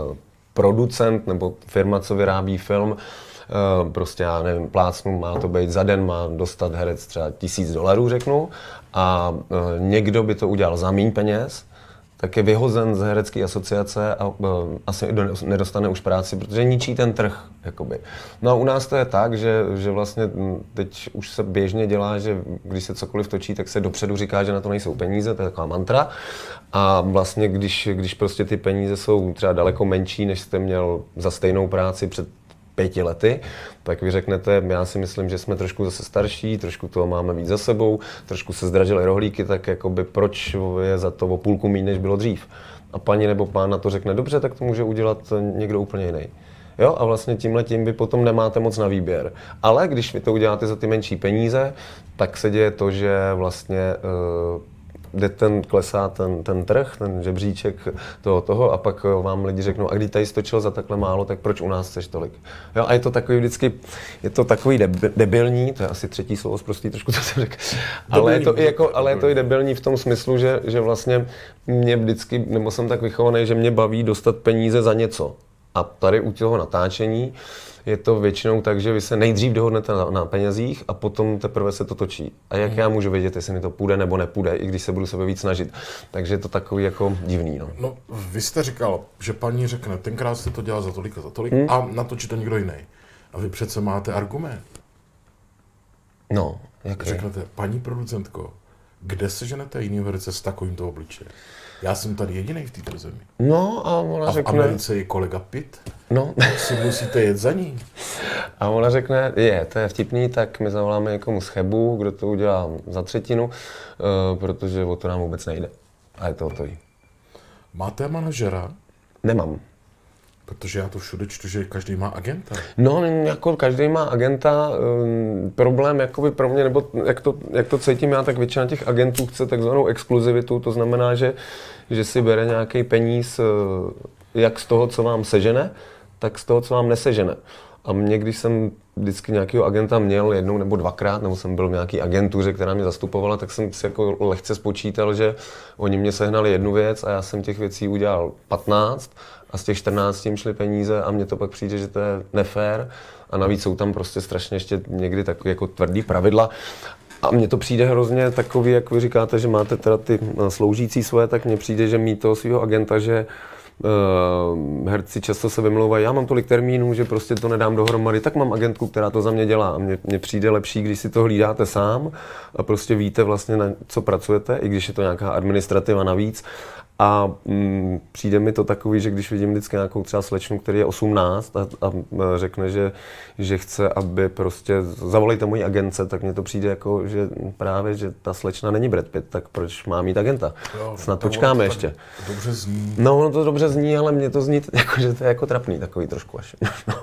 producent nebo firma, co vyrábí film, prostě já nevím, plácnu, má to být za den, má dostat herec třeba tisíc dolarů, řeknu, a někdo by to udělal za míň peněz, tak je vyhozen z herecké asociace a uh, asi nedostane už práci, protože ničí ten trh. Jakoby. No a u nás to je tak, že, že vlastně teď už se běžně dělá, že když se cokoliv točí, tak se dopředu říká, že na to nejsou peníze, to je taková mantra. A vlastně když, když prostě ty peníze jsou třeba daleko menší, než jste měl za stejnou práci před pěti lety, tak vy řeknete, já si myslím, že jsme trošku zase starší, trošku toho máme víc za sebou, trošku se zdražily rohlíky, tak jakoby proč je za to o půlku méně, než bylo dřív. A paní nebo pán na to řekne, dobře, tak to může udělat někdo úplně jiný. Jo, a vlastně tímhletím vy potom nemáte moc na výběr. Ale když vy to uděláte za ty menší peníze, tak se děje to, že vlastně uh, kde ten klesá ten, ten trh, ten žebříček toho, toho a pak vám lidi řeknou, a když tady stočil za takhle málo, tak proč u nás chceš tolik? Jo, a je to takový vždycky, je to takový debilní, to je asi třetí slovo zprostý, trošku to jsem řekl, ale je to i jako, ale je to i debilní v tom smyslu, že, že vlastně mě vždycky, nebo jsem tak vychovaný, že mě baví dostat peníze za něco. A tady u toho natáčení je to většinou tak, že vy se nejdřív dohodnete na, na penězích a potom teprve se to točí. A jak já můžu vědět, jestli mi to půjde nebo nepůjde, i když se budu sebe víc snažit. Takže je to takový jako divný. No, no vy jste říkal, že paní řekne, tenkrát jste to dělal za tolik a za tolik hmm? a natočí to někdo jiný. A vy přece máte argument. No, jak řeknete, paní producentko, kde se ženete jiný herce s takovýmto obličejem? Já jsem tady jediný v této zemi. No a ona a v řekne... Americe je kolega Pitt. No. Si musíte jet za ní. A ona řekne, je, to je vtipný, tak my zavoláme někomu z Chebu, kdo to udělá za třetinu, uh, protože o to nám vůbec nejde. A je to hotový. Máte manažera? Nemám. Protože já to všude čtu, že každý má agenta. No, jako každý má agenta. Um, problém jakoby pro mě, nebo jak to, jak to cítím já, tak většina těch agentů chce takzvanou exkluzivitu. To znamená, že, že si bere nějaký peníz jak z toho, co vám sežene, tak z toho, co vám nesežene. A mě, když jsem vždycky nějakého agenta měl jednou nebo dvakrát, nebo jsem byl v nějaký agentuře, která mě zastupovala, tak jsem si jako lehce spočítal, že oni mě sehnali jednu věc a já jsem těch věcí udělal patnáct a z těch čtrnácti jim šly peníze a mně to pak přijde, že to je nefér a navíc jsou tam prostě strašně ještě někdy takové jako tvrdý pravidla. A mně to přijde hrozně takový, jak vy říkáte, že máte teda ty sloužící svoje, tak mně přijde, že mít toho svého agenta, že Uh, herci často se vymlouvají, já mám tolik termínů, že prostě to nedám dohromady, tak mám agentku, která to za mě dělá. A mně, mně přijde lepší, když si to hlídáte sám a prostě víte vlastně, na co pracujete, i když je to nějaká administrativa navíc. A mm, přijde mi to takový, že když vidím vždycky nějakou třeba slečnu, který je osmnáct a, a řekne, že, že chce, aby prostě zavolejte mojí agence, tak mně to přijde jako, že právě, že ta slečna není Brad Pitt, tak proč má mít agenta? Jo, snad počkáme ještě. Dobře zní. No, ono to dobře zní, ale mně to zní, jako, že to je jako trapný takový trošku až.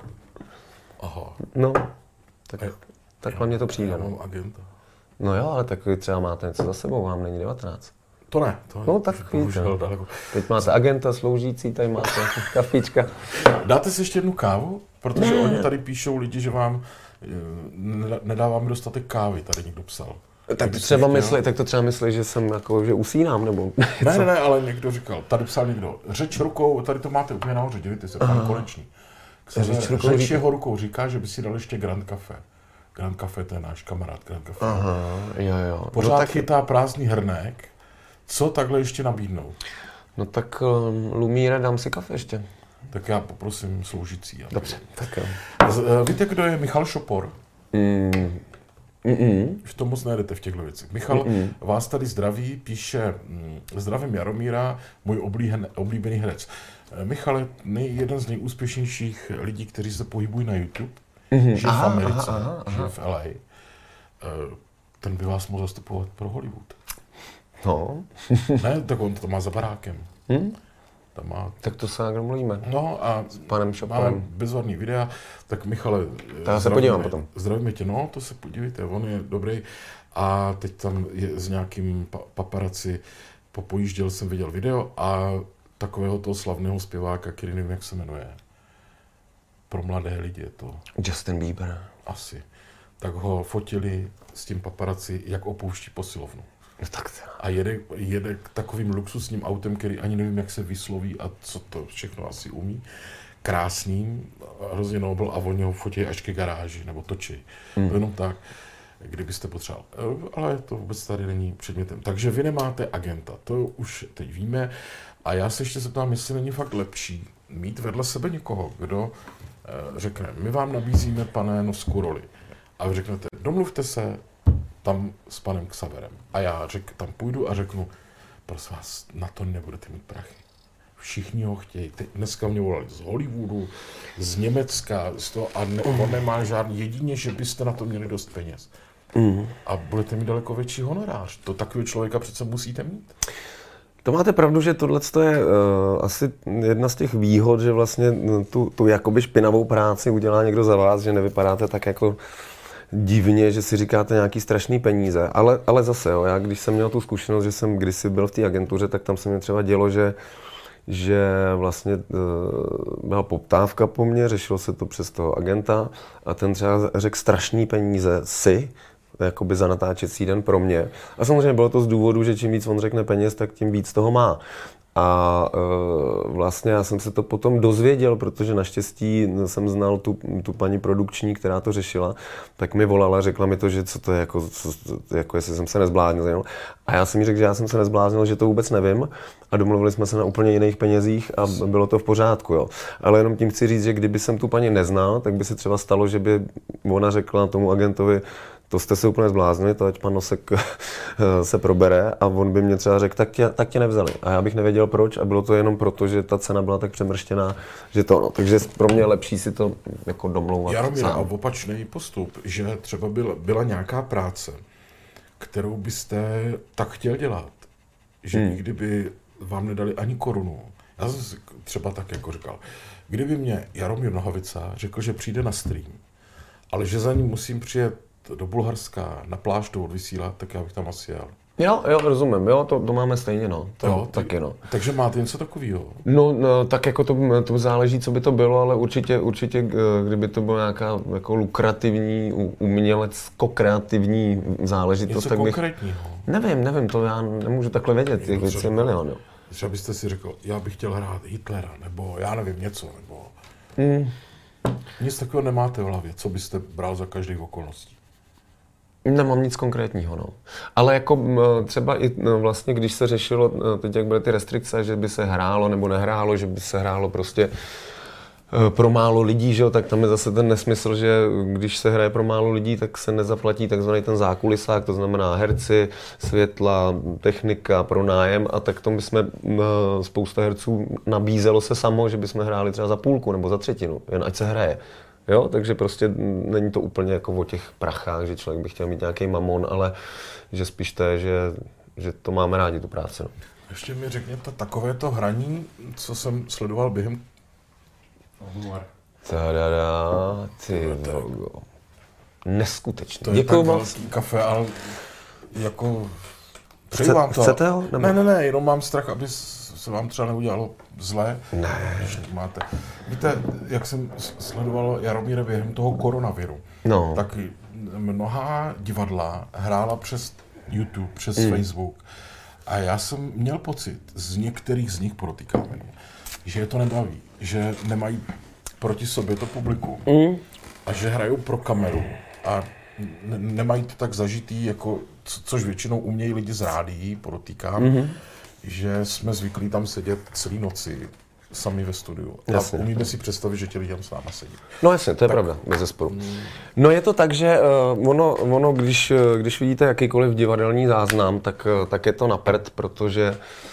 Aha. No, tak, takhle mně to přijde. Já mám agenta. No jo, ale tak vy třeba máte něco za sebou, vám není devatenáct. To ne, to no, tak víte. Teď máte agenta sloužící, tady máte kafička. Dáte si ještě jednu kávu? Protože ne. Oni tady píšou lidi, že vám nedávám dostatek kávy, tady někdo psal. Tak to třeba myslí, tak to třeba myslí, že jsem jako, že usínám, nebo Ne, ne, ne, ale někdo říkal, tady psal někdo, řeč rukou, tady to máte úplně nahoře, dívejte se, pan Konečný. Řeč, rukou řeč jeho rukou říká, že by si dal ještě Grand Café. Grand Café, to je náš kamarád, Grand Café. Aha, jo, jo. Pořád no, tak chytá prázdný hrnek, co takhle ještě nabídnou? No tak um, Lumíre, dám si kafe ještě. Tak já poprosím sloužící. Dobře, tak jo. Víte, kdo je Michal Šopor? Mm. Mm-mm. V tom moc nejdete v těchto věcech. Michal Mm-mm. vás tady zdraví, píše zdravím Jaromíra, můj oblíben, oblíbený herec. Michal je nej, jeden z nejúspěšnějších lidí, kteří se pohybují na YouTube. Mm-hmm. Žije v Americe, aha, aha, žije v L A. Ten by vás mohl zastupovat pro Hollywood. No. Ne, tak on to má za barákem. Hmm? Tam má... Tak to se jak mluvíme. No a s panem Šoporem. Bezvadný videa, tak Michale, to já se podívám potom. Zdravíme tě, no, to se podívejte, on je dobrý. A teď tam je s nějakým pa- paparaci popojížděl, jsem viděl video a takového toho slavného zpěváka, který nevím, jak se jmenuje. Pro mladé lidi je to. Justin Bieber. Asi. Tak ho fotili s tím paparaci, jak opouští posilovnu. No tak to... A jede, jede takovým luxusním autem, který ani nevím, jak se vysloví a co to všechno asi umí. Krásným, hrozně nobl a oni ho fotí až ke garáži, nebo točí. Hmm. To jenom tak, kdybyste potřeboval. Ale to vůbec tady není předmětem. Takže vy nemáte agenta, to už teď víme. A já se ještě zeptám, jestli není fakt lepší mít vedle sebe někoho, kdo řekne, my vám nabízíme, pane, nosku roli. A vy řeknete, domluvte se tam s panem Xaverem. A já řek, tam půjdu a řeknu, prosím vás, na to nebudete mít prachy. Všichni ho chtějí. Teď dneska mě volali z Hollywoodu, z Německa, z toho, a ne, on nemá žádný, jedině, že byste na to měli dost peněz. Mm. A budete mít daleko větší honorář. To takového člověka přece musíte mít. To máte pravdu, že tohle je uh, asi jedna z těch výhod, že vlastně tu, tu jakoby špinavou práci udělá někdo za vás, že nevypadáte tak jako divně, že si říkáte nějaký strašný peníze, ale, ale zase, jo, já když jsem měl tu zkušenost, že jsem kdysi byl v té agentuře, tak tam se mi třeba dělo, že, že vlastně uh, byla poptávka po mně, řešilo se to přes toho agenta a ten třeba řekl strašný peníze si, jakoby za natáčecí den pro mě. A samozřejmě bylo to z důvodu, že čím víc on řekne peněz, tak tím víc toho má. A e, vlastně já jsem se to potom dozvěděl, protože naštěstí jsem znal tu, tu paní produkční, která to řešila, tak mi volala, řekla mi to, že co to je, jako, co, jako jestli jsem se nezbláznil. A já jsem jí řekl, že já jsem se nezbláznil, že to vůbec nevím a domluvili jsme se na úplně jiných penězích a bylo to v pořádku. Jo. Ale jenom tím chci říct, že kdyby jsem tu paní neznal, tak by se třeba stalo, že by ona řekla tomu agentovi, to jste se úplně zbláznili, to ať pan Nosek se probere a on by mě třeba řekl, tak tě, tak tě nevzali. A já bych nevěděl proč a bylo to jenom proto, že ta cena byla tak přemrštěná, že to no. Takže pro mě je lepší si to jako domlouvat. Jaromíra, a opačný postup, že třeba byla, byla nějaká práce, kterou byste tak chtěl dělat, že hmm. nikdy by vám nedali ani korunu. Já jsem si třeba tak jako říkal, kdyby mě Jaromír Nohavica řekl, že přijde na stream, ale že za ním musím přijet do Bulharska na pláž to odvysílat, tak já bych tam asi jel. Jo, jo, rozumím, jo, to, to máme stejně, no. To, jo, tak, taky, no. Takže máte něco takového? No, no, tak jako to, to záleží, co by to bylo, ale určitě, určitě, kdyby to byla nějaká jako lukrativní, umělecko-kreativní záležitost, něco tak bych... konkrétního? Nevím, nevím, to já nemůžu takhle vědět, těch věcí je milion, jo. Třeba byste si řekl, já bych chtěl hrát Hitlera, nebo já nevím, něco, nebo... Mm. Nic takového nemáte v hlavě, co byste bral za každých okolností? Nemám nic konkrétního, no. Ale jako třeba i no, vlastně, když se řešilo, teď jak byly ty restrikce, že by se hrálo nebo nehrálo, že by se hrálo prostě pro málo lidí, že jo, tak tam je zase ten nesmysl, že když se hraje pro málo lidí, tak se nezaplatí takzvaný ten zákulisák, to znamená herci, světla, technika, pronájem a tak to by jsme spousta herců nabízelo se samo, že bychom hráli třeba za půlku nebo za třetinu, jen ať se hraje. Jo, takže prostě není to úplně jako o těch prachách, že člověk by chtěl mít nějaký mamon, ale že spíš to je, že, že to máme rádi, tu práci. No. Ještě mi řekněte takové to hraní, co jsem sledoval během... Tadada, ty vogo. Neskutečný. To je Děkuju tak velký kafe, ale jako... Přeju vám to. Chcete ho? Nebo? Ne, ne, ne, jenom mám strach, aby se vám třeba neudělalo zlé. Ne. Máte. Víte, jak jsem sledoval Jaromíra během toho koronaviru, no. tak mnoha divadla hrála přes YouTube, přes mm. Facebook a já jsem měl pocit, z některých z nich podotýkám, že je to nebaví, že nemají proti sobě to publikum mm. a že hrajou pro kameru a ne- nemají to tak zažitý, jako, co, což většinou umějí lidi z rádií, podotýkám, mm-hmm. že jsme zvyklí tam sedět celý noci sami ve studiu. Jasně. A umíme si představit, že ti lidem s náma sedí. No jasně, to je tak, pravda, bezesporu. Mm. No je to tak, že uh, ono, ono když, když vidíte jakýkoliv divadelní záznam, tak, tak je to na prd, protože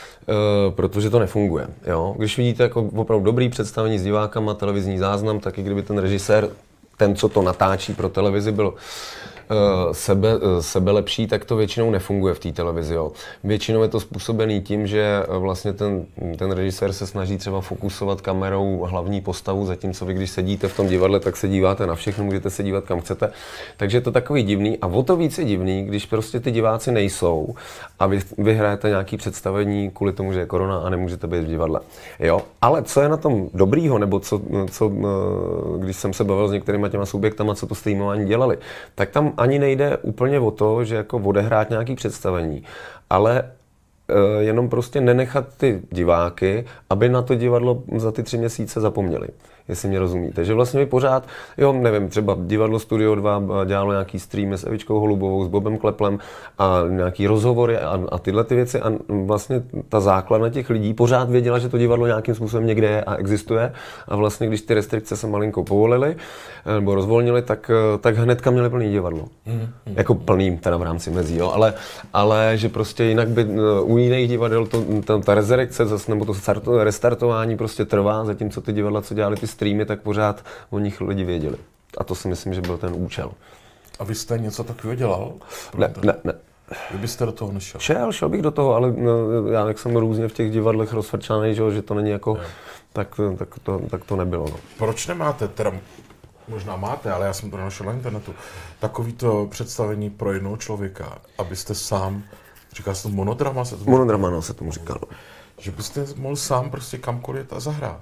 Uh, protože to nefunguje. Jo? Když vidíte jako opravdu dobrý představení s divákama, televizní záznam, tak i kdyby ten režisér, ten, co to natáčí pro televizi, byl uh, sebe, uh, sebelepší, tak to většinou nefunguje v té televizi. Jo? Většinou je to způsobený tím, že vlastně ten, ten režisér se snaží třeba fokusovat kamerou hlavní postavu, zatímco vy, když sedíte v tom divadle, tak se díváte na všechno, můžete se dívat kam chcete. Takže je to takový divný a o to víc je divný, když prostě ty diváci nejsou a vy, vy hrajete nějaký představení kvůli tomu, že je korona a nemůžete být v divadle. Jo? Ale co je na tom dobrýho, nebo co, co, když jsem se bavil s některýma těma subjektama, co to streamování dělali, tak tam ani nejde úplně o to, že jako odehrát nějaký představení, ale e, jenom prostě nenechat ty diváky, aby na to divadlo za ty tři měsíce zapomněli. Jestli mě rozumíte. Že vlastně vy pořád, jo, nevím, třeba divadlo Studio dva dělalo nějaký streamy s Evičkou Holubovou, s Bobem Kleplem a nějaký rozhovory a, a tyhle ty věci a vlastně ta základna těch lidí pořád věděla, že to divadlo nějakým způsobem někde je a existuje a vlastně když ty restrikce se malinko povolily nebo rozvolnily, tak, tak hnedka měli plný divadlo. Mm, mm, jako plný, teda v rámci mezí, jo, ale, ale že prostě jinak by u jiných divadel to, ta, ta rezurekce zase, nebo to start, restartování prostě trvá, zatímco ty divadla, co dělali ty streamy, tak pořád o nich lidi věděli. A to si myslím, že byl ten účel. A vy jste něco takového dělal? Ne, ne, ne. Vy byste do toho nešel? Šel, šel bych do toho, ale no, já jak jsem různě v těch divadlech rozfrčanej, že to není jako, tak, tak, to, tak to nebylo. No. Proč nemáte, teda možná máte, ale já jsem to našel na internetu, takovýto představení pro jednoho člověka, abyste sám, říká se to monodrama? Se to monodrama, no, se tomu říkalo. Že byste mohl sám prostě kamkoliv jet a zahrát.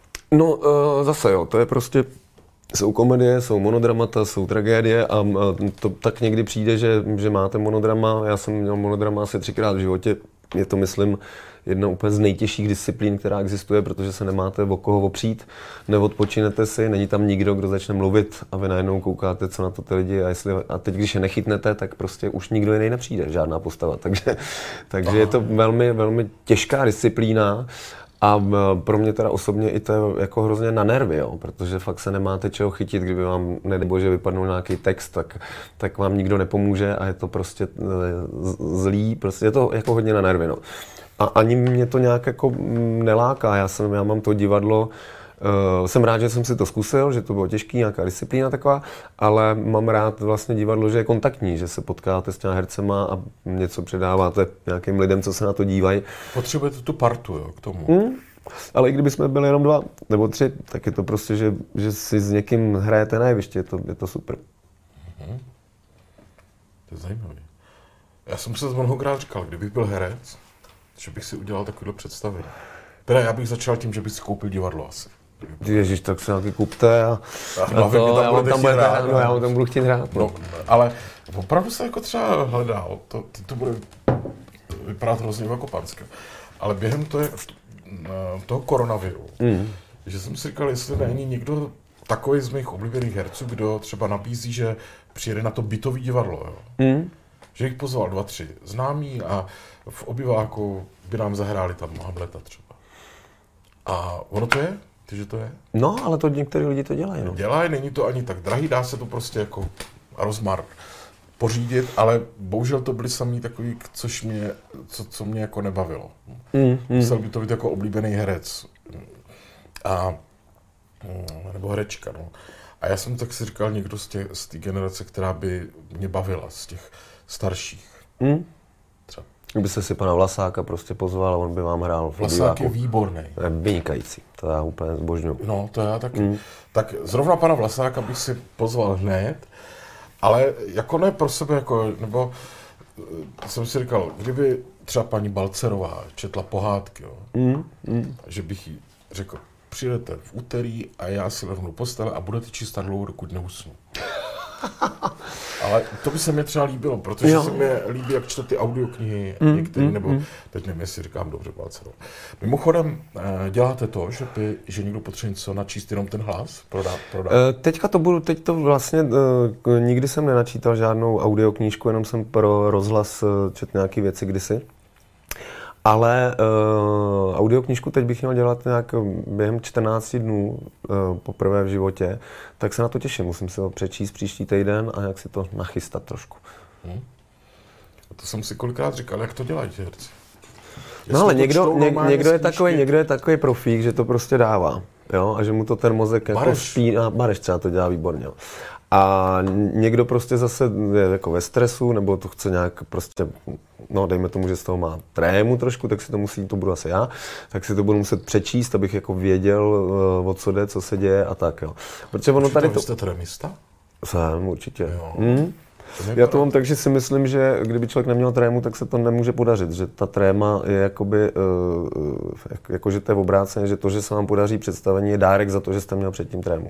No uh, zase jo, to je prostě, jsou komedie, jsou monodramata, jsou tragédie a, a to tak někdy přijde, že, že máte monodrama, já jsem měl monodrama asi třikrát v životě, je to myslím jedna úplně z nejtěžších disciplín, která existuje, protože se nemáte o koho opřít, neodpočinete si, není tam nikdo, kdo začne mluvit a vy najednou koukáte, co na to ty lidi a, jestli, a teď, když je nechytnete, tak prostě už nikdo jiný nepřijde, žádná postava, takže, takže je to velmi, velmi těžká disciplína. A pro mě teda osobně i to je jako hrozně na nervy, jo, protože fakt se nemáte čeho chytit, kdyby vám, nedebože, vypadnul nějaký text, tak, tak vám nikdo nepomůže a je to prostě zlý, prostě je to jako hodně na nervy, no. A ani mě to nějak jako neláká, já, jsem, já mám to divadlo, uh, jsem rád, že jsem si to zkusil, že to bylo těžký, nějaká disciplína taková, ale mám rád vlastně divadlo, že je kontaktní, že se potkáte s těma hercema a něco předáváte nějakým lidem, co se na to dívají. Potřebujete tu partu, jo, k tomu. Hmm. Ale i kdyby jsme byli jenom dva nebo tři, tak je to prostě, že, že si s někým hrajete na jevišti, je to, je to super. Mhm. To je zajímavé. Já jsem se mnohokrát říkal, kdybych byl herec, že bych si udělal takovýhle představení. Teda já bych začal tím, že bych si koupil divadlo asi. Ježiš, tak se nějaký kupte a, a, a to, tam já vám tam, hrát, no, já vám tam budu chtít hrát. No. No, ale opravdu se jako třeba hledal, to, to bude vypadat hrozně jako panské, ale během toho, toho koronaviru, mm. že jsem si říkal, jestli není někdo takový z mých oblíbených herců, kdo třeba nabízí, že přijede na to bytový divadlo, jo. Mm. Že jich pozval dva, tři známí a v obyváku by nám zahráli tam Hamleta třeba. A ono to je? Ty, že to je? No, ale to některý lidi to dělají. No. Dělají, není to ani tak drahý, dá se to prostě jako rozmar pořídit, ale bohužel to byli samý takový, což mě, co, co mě jako nebavilo. Mm, mm. Musel by to být jako oblíbený herec. A, nebo herečka, no. A já jsem tak si říkal někdo z té z té generace, která by mě bavila, z těch starších. Mm. Třeba. Kdybyste si pana Vlasáka prostě pozval a on by vám hrál v Vlasák je výborný. To je vynikající, to já úplně zbožňuji. No, to já taky. Mm. Tak zrovna pana Vlasáka bych si pozval hned, ale jako ne pro sebe, jako, nebo jsem si říkal, kdyby třeba paní Balcerová četla pohádky, jo, mm. Mm. že bych jí řekl, přijdete v úterý a já si lehnu do postele a budete číst tak dlouho, dokud neusnu. Ale to by se mi třeba líbilo, protože jo. se mi líbí, jak čte ty audioknihy mm, některé, mm, nebo mm. teď nevím, jestli říkám dobře palce. Mimochodem, děláte to, že, by, že někdo potřebuje něco načíst jenom ten hlas? Prodá, prodá. Teďka to budu, teď to vlastně, nikdy jsem nenačítal žádnou audioknížku, jenom jsem pro rozhlas četl nějaké věci kdysi. Ale uh, audioknížku teď bych měl dělat nějak během čtrnácti dnů uh, poprvé v životě, tak se na to těším. Musím si ho přečíst příští týden a jak si to nachystat trošku. Hmm. To jsem si kolikrát říkal, jak to dělají ti herci. No ale někdo, ně, někdo, je takový, někdo je takový profík, že to prostě dává. Jo? A že mu to ten mozek jako spí. A Bareš třeba to dělá výborně. Jo. A někdo prostě zase je jako ve stresu, nebo to chce nějak prostě, no dejme tomu, že z toho má trému trošku, tak si to musí, to budu asi já, tak si to budu muset přečíst, abych jako věděl, o co jde, co se děje a tak, jo. Protože ono tady to... Jste trémista? Jsem, určitě. Hmm. Já to mám tak, že si myslím, že kdyby člověk neměl trému, tak se to nemůže podařit, že ta tréma je jakoby, jako že to je v obráceně, že to, že se vám podaří představení, je dárek za to, že jste měl předtím trému.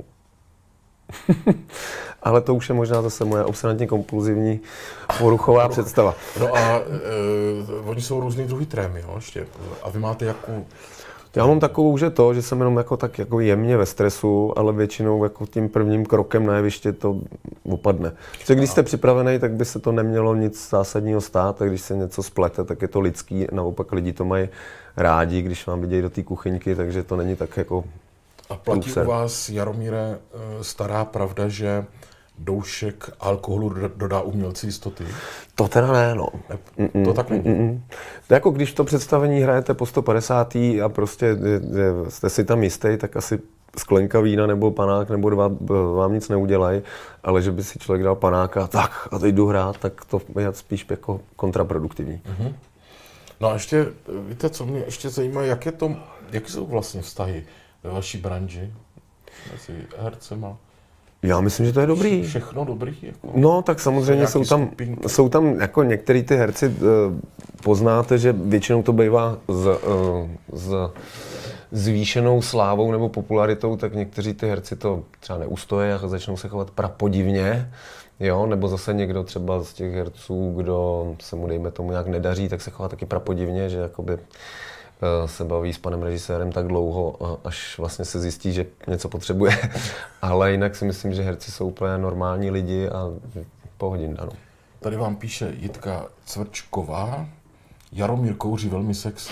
Ale to už je možná zase moje obsedantně kompulzivní poruchová představa. No a e, oni jsou různý druhý trémy, jo, ještě. A vy máte jakou? Já mám takovou, že to, že jsem jenom jako tak jako jemně ve stresu, ale většinou jako tím prvním krokem na jeviště to opadne. Protože když jste připravený, tak by se to nemělo nic zásadního stát, a když se něco splete, tak je to lidský. Naopak lidi to mají rádi, když vám vidějí do té kuchyňky, takže to není tak jako... A platí u vás, Jaromíre, stará pravda, že doušek alkoholu dodá umělci jistoty? To teda ne, no. Ne, to tak není. To jako když to představení hrajete po sto padesátý a prostě jste si tam jistý, tak asi sklenka vína nebo panák nebo dva vám nic neudělají, ale že by si člověk dal panáka tak a teď jdu hrát, tak to je spíš jako kontraproduktivní. Mm-hmm. No a ještě, víte, co mě ještě zajímá, jak je to, jaké jsou vlastně vztahy ve vaší branži mezi hercema? Já myslím, že to je dobrý. Všechno dobrý? Jako, no, tak samozřejmě jsou tam, jsou tam jako některý ty herci, poznáte, že většinou to bývá z, z zvýšenou slávou nebo popularitou, tak někteří ty herci to třeba neustojí a začnou se chovat prapodivně. Jo, nebo zase někdo třeba z těch herců, kdo se mu, dejme tomu, nějak nedaří, tak se chová taky prapodivně, že jakoby se baví s panem režisérem tak dlouho, až vlastně se zjistí, že něco potřebuje. Ale jinak si myslím, že herci jsou úplně normální lidi a pohodin, ano. Tady vám píše Jitka Cvrčková. Jaromír kouří velmi sexy.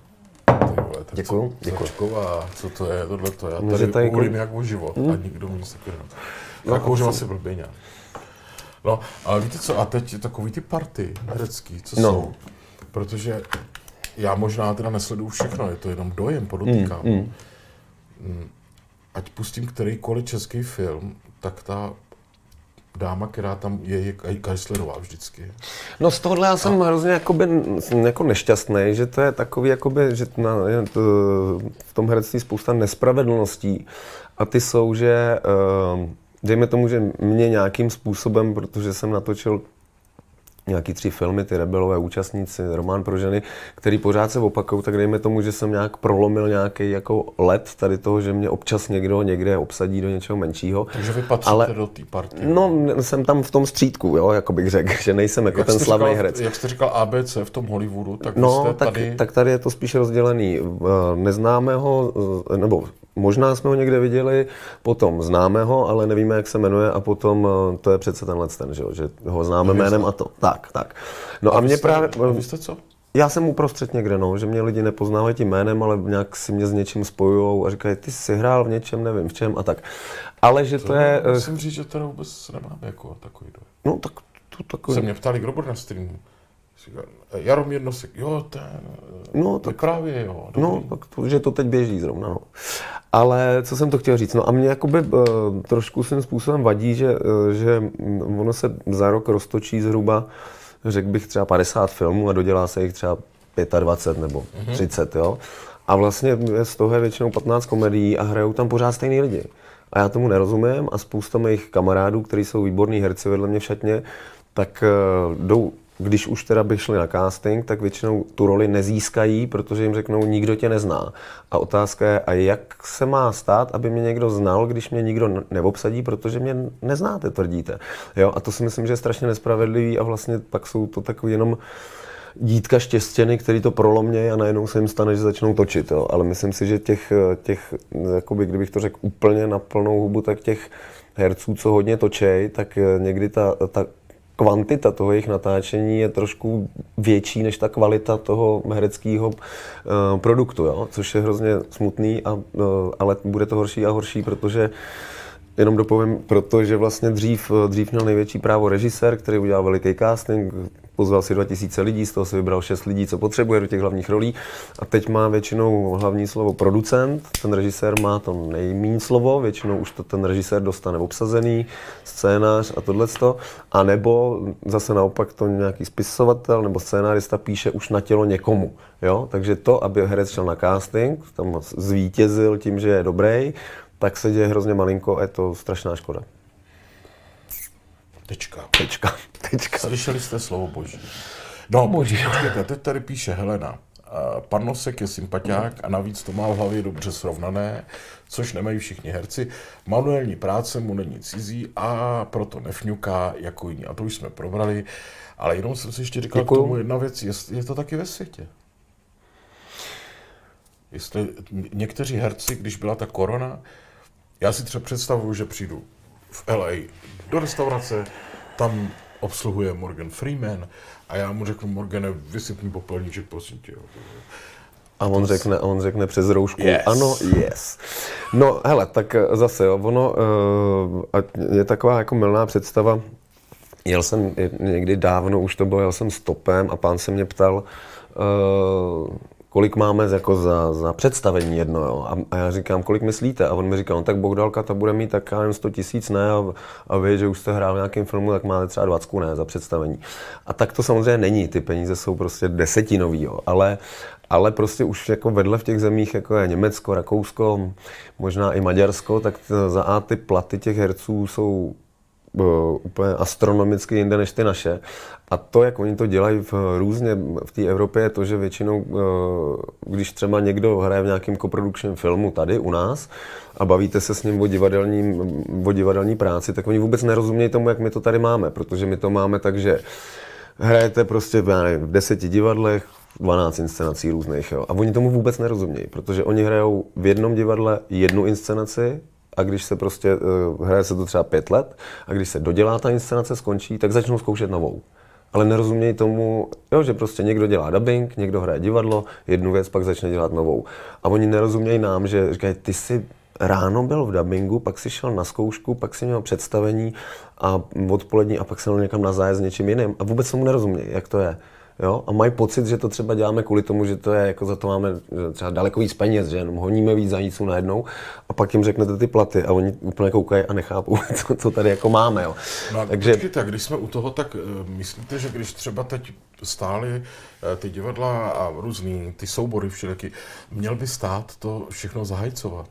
Děkuju. Cvrčková, co to je tohleto? Já tady, tady kouřím jak o život hmm. a nikdo mi nic takového. Já kouřím asi blbě nějak. No, ale víte co, a teď takový ty party herecký, co no. jsou? Protože já možná teda nesleduju všechno, je to jenom dojem, podotýkám. Mm, mm. Ať pustím kterýkoliv český film, tak ta dáma, která tam je, je Geislerová vždycky. No z tohohle já jsem a... hrozně jakoby, jako nešťastný, že to je takový, jakoby, že na, je to, v tom herectví spousta nespravedlností. A ty jsou, že uh, dejme tomu, že mě nějakým způsobem, protože jsem natočil nějaký tři filmy, ty Rebelové účastníci, Román pro ženy, který pořád se opakují, tak dejme tomu, že jsem nějak prolomil nějaký jako led tady toho, že mě občas někdo někde obsadí do něčeho menšího. Takže vy patříte ale, do té party. No, jsem tam v tom střídku, jo, jako bych řekl, že nejsem jako jak ten slavný herec. Jak jste říkal A B C v tom Hollywoodu, tak no, jste tak, tady... tak tady je to spíš rozdělený. Neznámého, nebo možná jsme ho někde viděli, potom známého, ale nevíme, jak se jmenuje, a potom to je přece tenhle ten, že, že ho známe jménem a to. Tak, tak. No a, a mě jste, právě... A vy jste co? Já jsem uprostřed někde, no, že mě lidi nepoznávají tím jménem, ale nějak si mě s něčím spojujou a říkají, ty jsi hrál v něčem, nevím v čem a tak. Ale že to, to je... Musím říct, že teda vůbec nemám jako takový dojem. No tak to takový... Se mě ptali, kdo bude na streamu. Jaromír Nosek, jo, ten... No tak... Právě, jo. Dobrý. No, tak to, že to teď běží zrovna, no. Ale co jsem to chtěl říct, no a mě jakoby uh, trošku svým způsobem vadí, že, uh, že ono se za rok roztočí zhruba, řekl bych třeba padesát filmů a dodělá se jich třeba dvacet pět nebo mm-hmm. třicet, jo. A vlastně z toho je většinou patnáct komedií a hrajou tam pořád stejný lidi. A já tomu nerozumím a spousta mých kamarádů, kteří jsou výborní herci vedle mě v šatně, tak uh, jdou když už teda by šli na casting, tak většinou tu roli nezískají, protože jim řeknou, nikdo tě nezná. A otázka je, a jak se má stát, aby mě někdo znal, když mě nikdo neobsadí, protože mě neznáte, tvrdíte. Jo? A to si myslím, že je strašně nespravedlivý a vlastně pak jsou to takový jenom dítka štěstěny, který to prolomějí a najednou se jim stane, že začnou točit. Jo? Ale myslím si, že těch, těch jakoby, kdybych to řekl úplně na plnou hubu, tak těch herců, co hodně točej, tak někdy ta, ta kvantita toho jejich natáčení je trošku větší než ta kvalita toho hereckého uh, produktu, jo? Což je hrozně smutný, a, uh, ale bude to horší a horší, protože jenom dopovím, protože vlastně dřív, dřív měl největší právo režisér, který udělal veliký casting, pozval si dva tisíce lidí, z toho si vybral šest lidí, co potřebuje do těch hlavních rolí. A teď má většinou hlavní slovo producent, ten režisér má to nejméně slovo, většinou už to ten režisér dostane obsazený, scénář a tohleto. A nebo zase naopak to nějaký spisovatel nebo scénárista píše už na tělo někomu. Jo? Takže to, aby herec šel na casting, tam zvítězil tím, že je dobrý, tak se děje hrozně malinko a je to strašná škoda. Tečka. Tečka. Tečka. Slyšeli jste slovo boží. No, boží. Počkejte, teď tady píše Helena. Pan Nosek je sympatiák a navíc to má v hlavě dobře srovnané, což nemají všichni herci. Manuální práce mu není cizí a proto nefňuká jako jiní. A to už jsme probrali, ale jenom jsem si ještě říkal Děkuju. k tomu jedna věc. Je, je to taky ve světě? Jestli někteří herci, když byla ta korona, já si třeba představuju, že přijdu v L A do restaurace, tam obsluhuje Morgan Freeman a já mu řeknu, Morgane, vysyp mi popelníček, prosím tě. A on řekne, on řekne přes roušku, yes. Ano, yes. No hele, tak zase jo, ono uh, je taková jako mylná představa. Jel jsem někdy dávno, už to bylo, jel jsem stopem a pán se mě ptal, uh, kolik máme jako za, za představení jedno, jo? A, a já říkám, kolik myslíte? A on mi říkal, no tak Bohdalka, ta bude mít tak jen sto tisíc, ne? A, a vy, že už jste hrál v nějakém filmu, tak máte třeba dvacku, ne? Za představení. A tak to samozřejmě není, ty peníze jsou prostě desetinový, jo? Ale, ale prostě už jako vedle v těch zemích, jako je Německo, Rakousko, možná i Maďarsko, tak za A ty platy těch herců jsou uh, úplně astronomicky jinde než ty naše. A to, jak oni to dělají v, různě v té Evropě, je to, že většinou, když třeba někdo hraje v nějakém coproduction filmu tady u nás a bavíte se s ním o divadelní, o divadelní práci, tak oni vůbec nerozumějí tomu, jak my to tady máme, protože my to máme tak, že hrajete prostě v deseti divadlech, dvanáct inscenací různých, jo. A oni tomu vůbec nerozumějí, protože oni hrajou v jednom divadle jednu inscenaci, a když se prostě, uh, hraje se to třeba pět let, a když se dodělá ta inscenace, skončí, tak začnou zkoušet novou. Ale nerozumějí tomu, jo, že prostě někdo dělá dubbing, někdo hraje divadlo, jednu věc, pak začne dělat novou. A oni nerozumějí nám, že říkají, ty jsi ráno byl v dubbingu, pak si šel na zkoušku, pak si měl představení a odpolední a pak se někam na zájezd s něčím jiným. A vůbec tomu nerozumějí, jak to je. Jo? A mají pocit, že to třeba děláme kvůli tomu, že to je, jako za to máme třeba daleko víc peněz, že jenom honíme víc zajíců najednou a pak jim řeknete ty platy a oni úplně koukají a nechápou, co, co tady jako máme. Jo? No, takže počkejte, když jsme u toho, tak uh, myslíte, že když třeba teď stály uh, ty divadla a různý ty soubory všelijaky, měl by stát to všechno zahajcovat?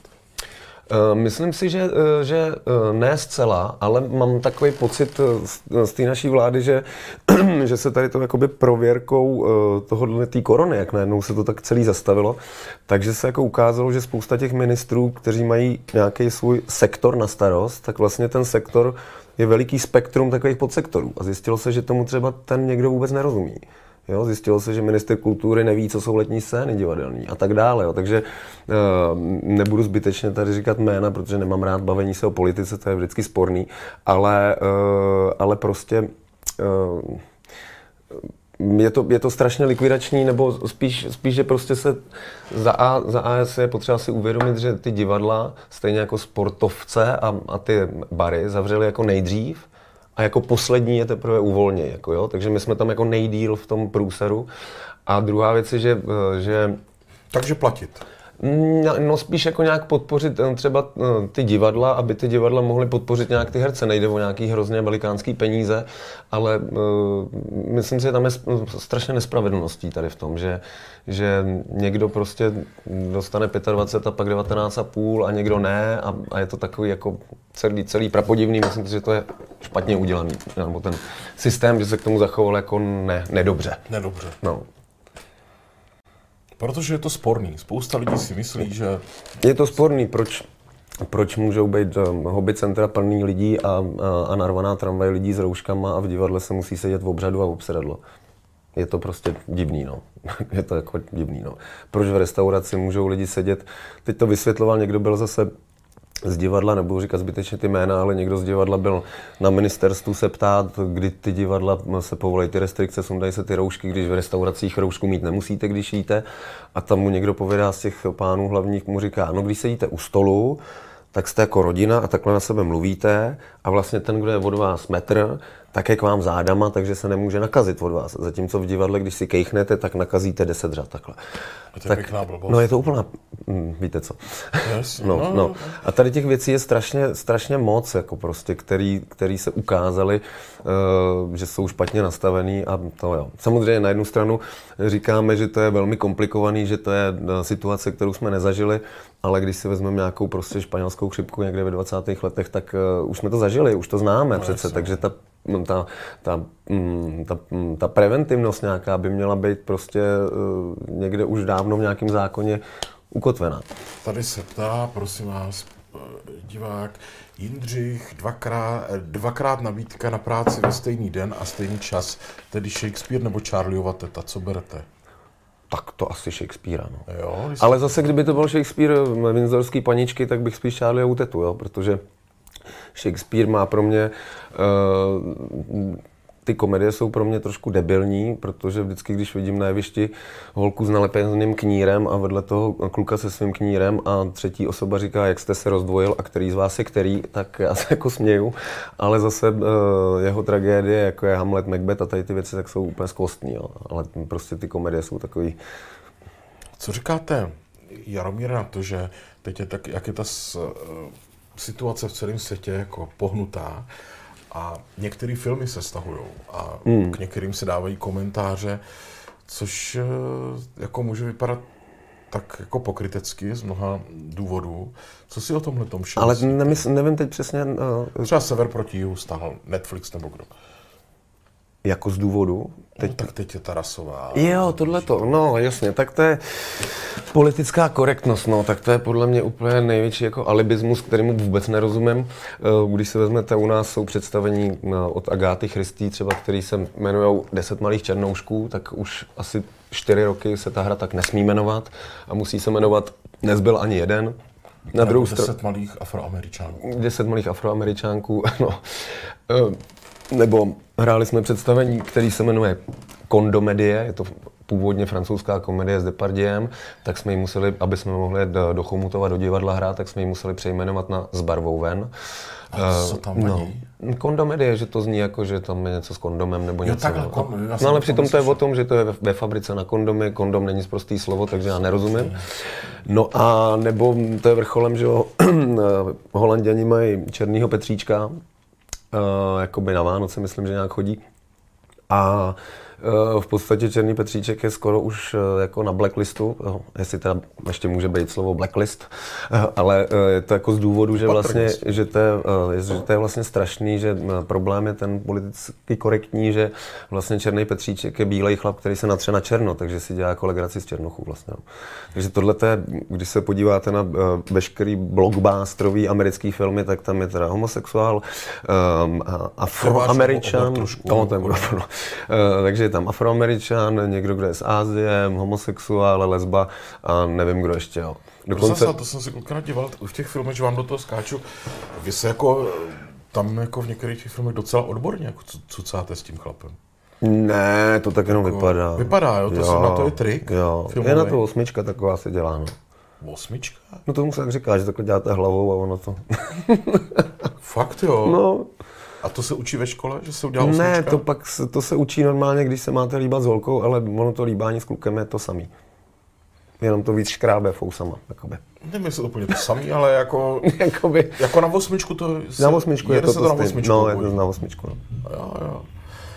Myslím si, že, že ne zcela, ale mám takový pocit z té naší vlády, že, že se tady to jakoby prověrkou tohohle té korony, jak najednou se to tak celý zastavilo, takže se jako ukázalo, že spousta těch ministrů, kteří mají nějaký svůj sektor na starost, tak vlastně ten sektor je veliký spektrum takových podsektorů a zjistilo se, že tomu třeba ten někdo vůbec nerozumí. Jo, zjistilo se, že ministr kultury neví, co jsou letní scény divadelní a tak dále. Jo. Takže uh, nebudu zbytečně tady říkat jména, protože nemám rád bavení se o politice, to je vždycky sporný, ale, uh, ale prostě uh, je to, je to strašně likvidační, nebo spíš, spíš že prostě se za A, za A je potřeba si uvědomit, že ty divadla, stejně jako sportovce a, a ty bary zavřely jako nejdřív, a jako poslední je teprve uvolněj, jako jo, takže my jsme tam jako nejdýl v tom průseru. A druhá věc je, že, že takže platit. No spíš jako nějak podpořit třeba ty divadla, aby ty divadla mohly podpořit nějak ty herce. Nejde o nějaký hrozně velikánský peníze, ale uh, myslím si, že tam je strašně nespravedlností tady v tom, že, že někdo prostě dostane dvacet pět a pak devatenáct a půl a někdo ne a, a je to takový jako celý, celý prapodivný. Myslím si, že to je špatně udělaný, nebo ten systém, že se k tomu zachoval jako ne, nedobře. Nedobře. No. Protože je to sporný. Spousta lidí si myslí, že... Je to sporný, proč, proč můžou být hobby centra plný lidí a, a, a narvaná tramvaj lidí s rouškama a v divadle se musí sedět v obřadu a obsedadlo. Je to prostě divný, no. Je to jako divný, no. Proč v restauraci můžou lidi sedět? Teď to vysvětloval, někdo byl zase z divadla, nebudu říkat zbytečně ty jména, ale někdo z divadla byl na ministerstvu se ptát, kdy ty divadla se povolají ty restrikce, sundají se ty roušky, když v restauracích roušku mít nemusíte, když jíte. A tam mu někdo povědá z těch pánů hlavních, mu říká, no když sedíte u stolu, tak jste jako rodina a takhle na sebe mluvíte a vlastně ten, kdo je od vás metr, tak je k vám zádama, takže se nemůže nakazit od vás. Zatímco v divadle, když si kejchnete, tak nakazíte deset řad takhle. A to je tak, pěkná blbost. No je to úplná, hm, víte co. Yes, no, no, no. A tady těch věcí je strašně, strašně moc, jako prostě, který, který se ukázaly, uh, že jsou špatně nastavený a to jo. Samozřejmě na jednu stranu říkáme, že to je velmi komplikovaný, že to je situace, kterou jsme nezažili, ale když si vezmeme nějakou prostě španělskou chřipku někde ve dvacátých letech, tak uh, už jsme to zažili, už to známe no, přece, takže ta Ta, ta, ta, ta preventivnost nějaká by měla být prostě uh, někde už dávno v nějakém zákoně ukotvená. Tady se ptá, prosím vás, divák Jindřich, dvakrát, dvakrát nabídka na práci ve stejný den a stejný čas, tedy Shakespeare nebo Charlieova teta, co berete? Tak to asi Shakespearea, no. Jo, ale zase, kdyby to byl Shakespeare Windsorský paničky, tak bych spíš Charlieovu tetu, jo, protože Shakespeare má pro mě, uh, ty komedie jsou pro mě trošku debilní, protože vždycky, když vidím na jevišti holku s nalepeným knírem a vedle toho kluka se svým knírem a třetí osoba říká, jak jste se rozdvojil a který z vás je který, tak já se jako směju, ale zase uh, jeho tragédie, jako je Hamlet, Macbeth a tady ty věci, tak jsou úplně skvostní, jo. Ale prostě ty komedie jsou takový. Co říkáte, Jaromíre, na to, že teď je tak, jak je ta s, uh, situace v celém světě jako pohnutá a některé filmy se stahujou a mm. k některým se dávají komentáře, což jako může vypadat tak jako pokrytecky z mnoha důvodů. Co si o tomhle tom všem? Ale nemysl, nevím teď přesně. Uh... Třeba Sever proti jihu stáhl Netflix nebo kdo? Jako z důvodu? Teď... No, tak teď je ta rasová. Jo, tohleto, no jasně, tak to je politická korektnost, no, tak to je podle mě úplně největší jako alibismus, kterému vůbec nerozumím. Když se vezmete, u nás jsou představení od Agáty Christie třeba, který se jmenují Deset malých černoušků, tak už asi čtyři roky se ta hra tak nesmí jmenovat a musí se jmenovat Nezbyl ani jeden. Na druhou stranu Deset malých Afroameričánků. Deset malých Afroameričánků, ano. Nebo hráli jsme představení, který se jmenuje Kondomedie, je to původně francouzská komedie s Depardiem, tak jsme ji museli, aby jsme mohli do, do Chomutova do divadla hrát, tak jsme ji museli přejmenovat na S barvou ven. A co tam no, kondomedie, že to zní jako, že tam je něco s kondomem nebo jo, něco. Takhle, kon, no ale přitom to je o tom, že to je ve, ve fabrice na kondomy, kondom není sprostý slovo, takže já nerozumím. No a nebo to je vrcholem, že Holanděni mají černýho Petříčka, Uh, jakoby na Vánoce, myslím, že nějak chodí. A uh, v podstatě Černý Petříček je skoro už uh, jako na blacklistu, uh, jestli teda ještě může být slovo blacklist, uh, ale uh, je to jako z důvodu, že vlastně, že to, je, uh, je, že to je vlastně strašný, že uh, problém je ten politicky korektní, že vlastně Černý Petříček je bílej chlap, který se natře na černo, takže si dělá jako legraci z černochů vlastně. No. Takže tohle je, když se podíváte na uh, veškerý blockbusterový americký filmy, tak tam je teda homosexuál, um, afroameričan, no, to je uh, takže je tam Afroameričan, někdo, kdo je z Asie, homosexuál, lesba a nevím, kdo ještě, jo. Dokonce... To jsem si kolikrát díval v těch filmech, že vám do toho skáču. Vy se jako tam jako v některých těch filmech docela odborně jako cucáte s tím chlapem. Ne, to tak jenom jako, vypadá. Vypadá, jo? To jo, jsem na to je trik. Jo. Je na to osmička taková se dělá, no. Osmička? No tomu se tak říká, že takhle děláte hlavou a ono to... Fakt jo? No. A to se učí ve škole, že se udělá osmička? Ne, to pak se, to se učí normálně, když se máte líbat s holkou, ale ono to líbání s klukem je to samý. Jenom to víc škrábe fousama, jakoby. Nevím, jestli to úplně to samý, ale jako... jakoby. Jako na osmičku to... Se, na osmičku je to, to to na osmičku. No, je to na osmičku, no. Jo, jo.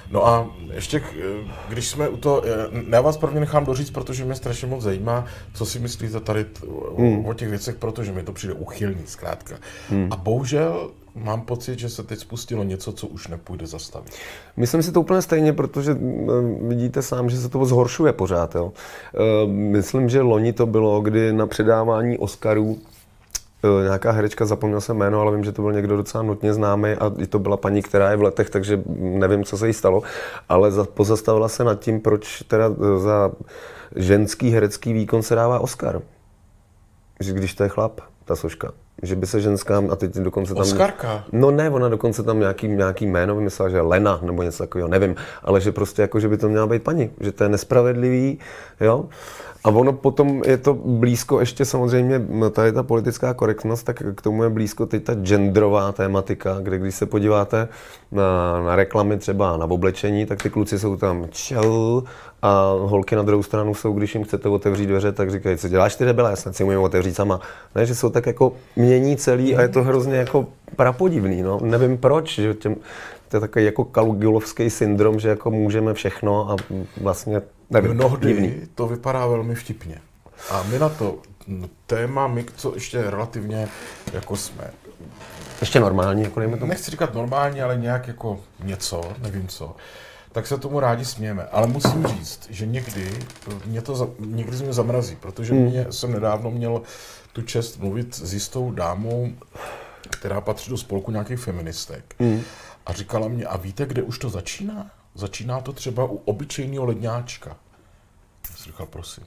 No a ještě, když jsme u toho, já vás prvně nechám doříct, protože mě strašně moc zajímá, co si myslíte tady hmm. o těch věcech, protože mi to přijde uchylný zkrátka. Hmm. A bohužel mám pocit, že se teď spustilo něco, co už nepůjde zastavit. Myslím si to úplně stejně, protože vidíte sám, že se to zhoršuje pořád. Jo. Myslím, že loni to bylo, kdy na předávání Oscarů nějaká herečka, zapomněl jsem jméno, ale vím, že to byl někdo docela nutně známý a i to byla paní, která je v letech, takže nevím, co se jí stalo, ale pozastavila se nad tím, proč teda za ženský herecký výkon se dává Oscar. Že když to je chlap, ta soška. Že by se ženská, a teď dokonce tam... Oscarka? No ne, ona dokonce tam nějaký, nějaký jméno vymyslela, že Lena, nebo něco takového, nevím, ale že prostě jako, že by to měla být paní, že to je nespravedlivý, jo. A ono potom je to blízko ještě samozřejmě, tady ta politická korektnost, tak k tomu je blízko teď ta genderová tématika, kde když se podíváte na, na reklamy třeba na oblečení, tak ty kluci jsou tam čau a holky na druhou stranu jsou, když jim chcete otevřít dveře, tak říkají, co děláš ty debile, já snad si umím otevřít sama. Ne, že jsou tak jako mění celý a je to hrozně jako prapodivný, no. Nevím proč, že těm, to je takový jako Kalugilovský syndrom, že jako můžeme všechno a vlastně nevím, mnohdy divný. To vypadá velmi vtipně. A my na to téma, my co ještě relativně jako jsme. Ještě normální, jako nejme tomu. Nechci říkat normální, ale nějak jako něco, nevím co. Tak se tomu rádi smějeme. Ale musím říct, že někdy mě to někdy mě zamrazí, protože hmm. mě, jsem nedávno měl tu čest mluvit s jistou dámou, která patří do spolku nějakých feministek. Hmm. A říkala mě, a víte, kde už to začíná? Začíná to třeba u obyčejného ledňáčka. Já jsem říkal, prosím.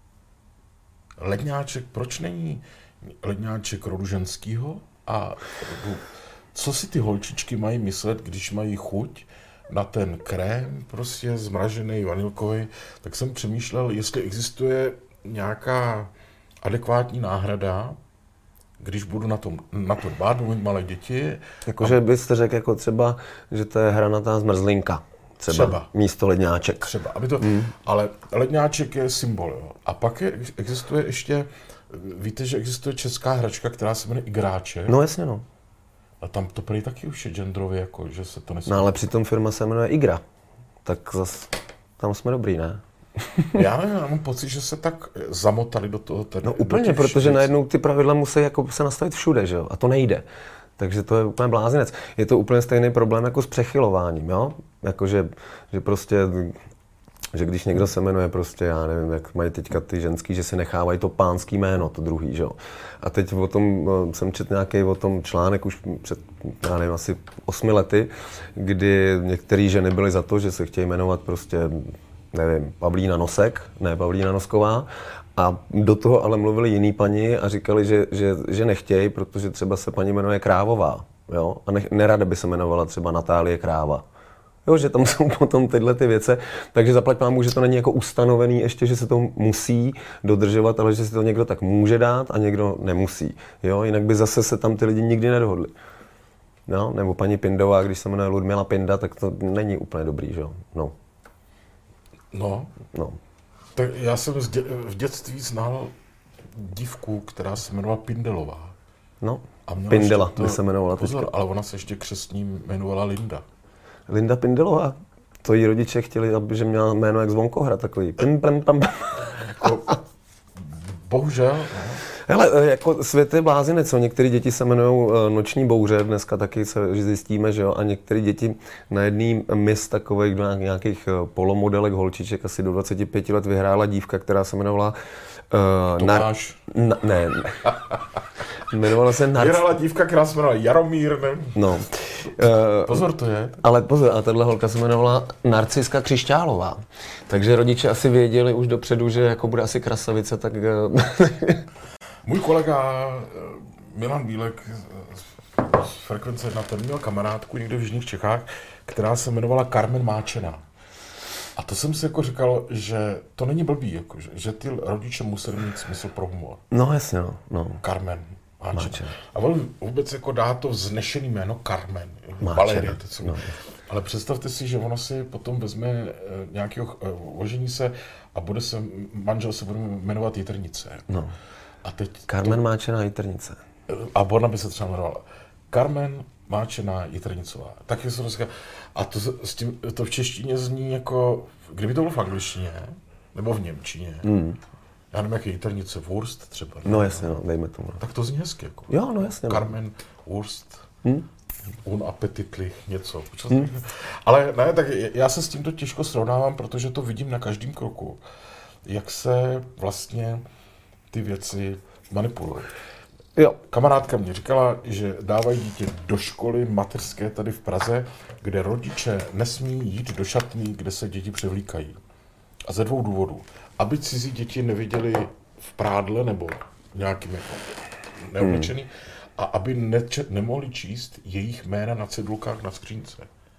Ledňáček, proč není ledňáček rodu ženskýho? A co si ty holčičky mají myslet, když mají chuť na ten krém, prostě zmražený, vanilkový, tak jsem přemýšlel, jestli existuje nějaká adekvátní náhrada, když budu na, tom, na to dbát, budu mít malé děti. Jakože a... byste řekl jako třeba, že to je hranatá zmrzlinka. Třeba, třeba. Místo ledňáček. Třeba, aby to, hmm. ale ledňáček je symbol, jo. A pak je, existuje ještě, víte, že existuje česká hračka, která se jmenuje Igráček. No jasně, no. A tam to prý taky už je genderově, jako, že se to nesmí. No ale přitom firma se jmenuje Igra. Tak zas tam jsme dobrý, ne? Já nevím, já mám pocit, že se tak zamotali do toho. Tady, no úplně, protože najednou ty pravidla musí jako se nastavit všude, že jo? A to nejde. Takže to je úplně blázinec. Je to úplně stejný problém jako s přechylováním, jo? Jakože, že prostě, že když někdo se jmenuje prostě, já nevím, jak mají teďka ty ženský, že si nechávají to pánský jméno, to druhý, že jo? A teď o tom, jsem četl nějaký o tom článek už před, já nevím, asi osmi lety, kdy některé ženy byly za to, že se chtějí jmenovat prostě, nevím, Pavlína Nosek, ne Pavlína Nosková. A do toho ale mluvili jiný paní a říkali, že, že, že nechtějí, protože třeba se paní jmenuje Krávová, jo? A ne, nerada by se jmenovala třeba Natálie Kráva. Jo, že tam jsou potom tyhle ty věci, takže zaplať pámu, že to není jako ustanovený ještě, že se to musí dodržovat, ale že si to někdo tak může dát a někdo nemusí, jo? Jinak by zase se tam ty lidi nikdy nedohodli. No, nebo paní Pindová, když se jmenuje Ludmila Pinda, tak to není úplně dobrý, že jo? No. No. No. Tak já jsem v dětství znal dívku, která se jmenovala Pindelová. No, Pindela by se jmenovala pozor, teďka. Ale ona se ještě křestním jmenovala Linda. Linda Pindelová? To jí rodiče chtěli, aby že měla jméno jak Zvonkohra, takový pim, pim, pam, pam. Jako, bohužel. No. Hele, jako svět je blázinec, co? Některé děti se jmenují Noční bouře, dneska taky se zjistíme, že jo, a některé děti na jedný mis takových nějakých polomodelek holčiček asi do dvaceti pěti let vyhrála dívka, která se jmenovala uh, Tomáš. Na, ne, ne. Jmenovala se Narc... Vyhrála dívka, která se jmenovala Jaromír, ne? No. Uh, pozor to je. Ale pozor, a tahle holka se jmenovala Narciska Křišťálová. Takže rodiče asi věděli už dopředu, že jako bude asi krasavice, tak... Můj kolega Milan Bílek z Frekvence jedna, ten měl kamarádku někde v jižních Čechách, která se jmenovala Carmen Máčená. A to jsem si jako říkal, že to není blbý, jako, že, že ty rodiče museli mít smysl pro humor. No jasně, no. no. Carmen Máčená. A on vůbec jako dá to vznešený jméno Carmen, Valerie. No. Ale představte si, že ono si potom vezme nějakého, ožení se a bude se, manžel se bude jmenovat Jitrnice. No. A teď Carmen to... Máčená Jitrnice. A ona by se třeba jmenovala Carmen Máčená Jitrnicová. Taky jsem říkal, a to, s tím, to v češtině zní jako, kdyby to bylo v angličtině, nebo v němčině, mm. já nevím, jak je Jitrnice, Wurst třeba. Ne? No jasně, no, dejme tomu. Tak to zní hezky. Jako. Jo, no jasně. Carmen, Wurst, mm. unappetitlich, něco. Mm. Ale ne, tak já se s tímto těžko srovnávám, protože to vidím na každém kroku, jak se vlastně ty věci manipulují. Jo. Kamarádka mě říkala, že dávají dítě do školy mateřské tady v Praze, kde rodiče nesmí jít do šatny, kde se děti převlíkají. A ze dvou důvodů. Aby cizí děti neviděli v prádle nebo nějakým jako neoblečený, hmm. a aby neče- nemohli číst jejich jména na cedulkách na skřínce.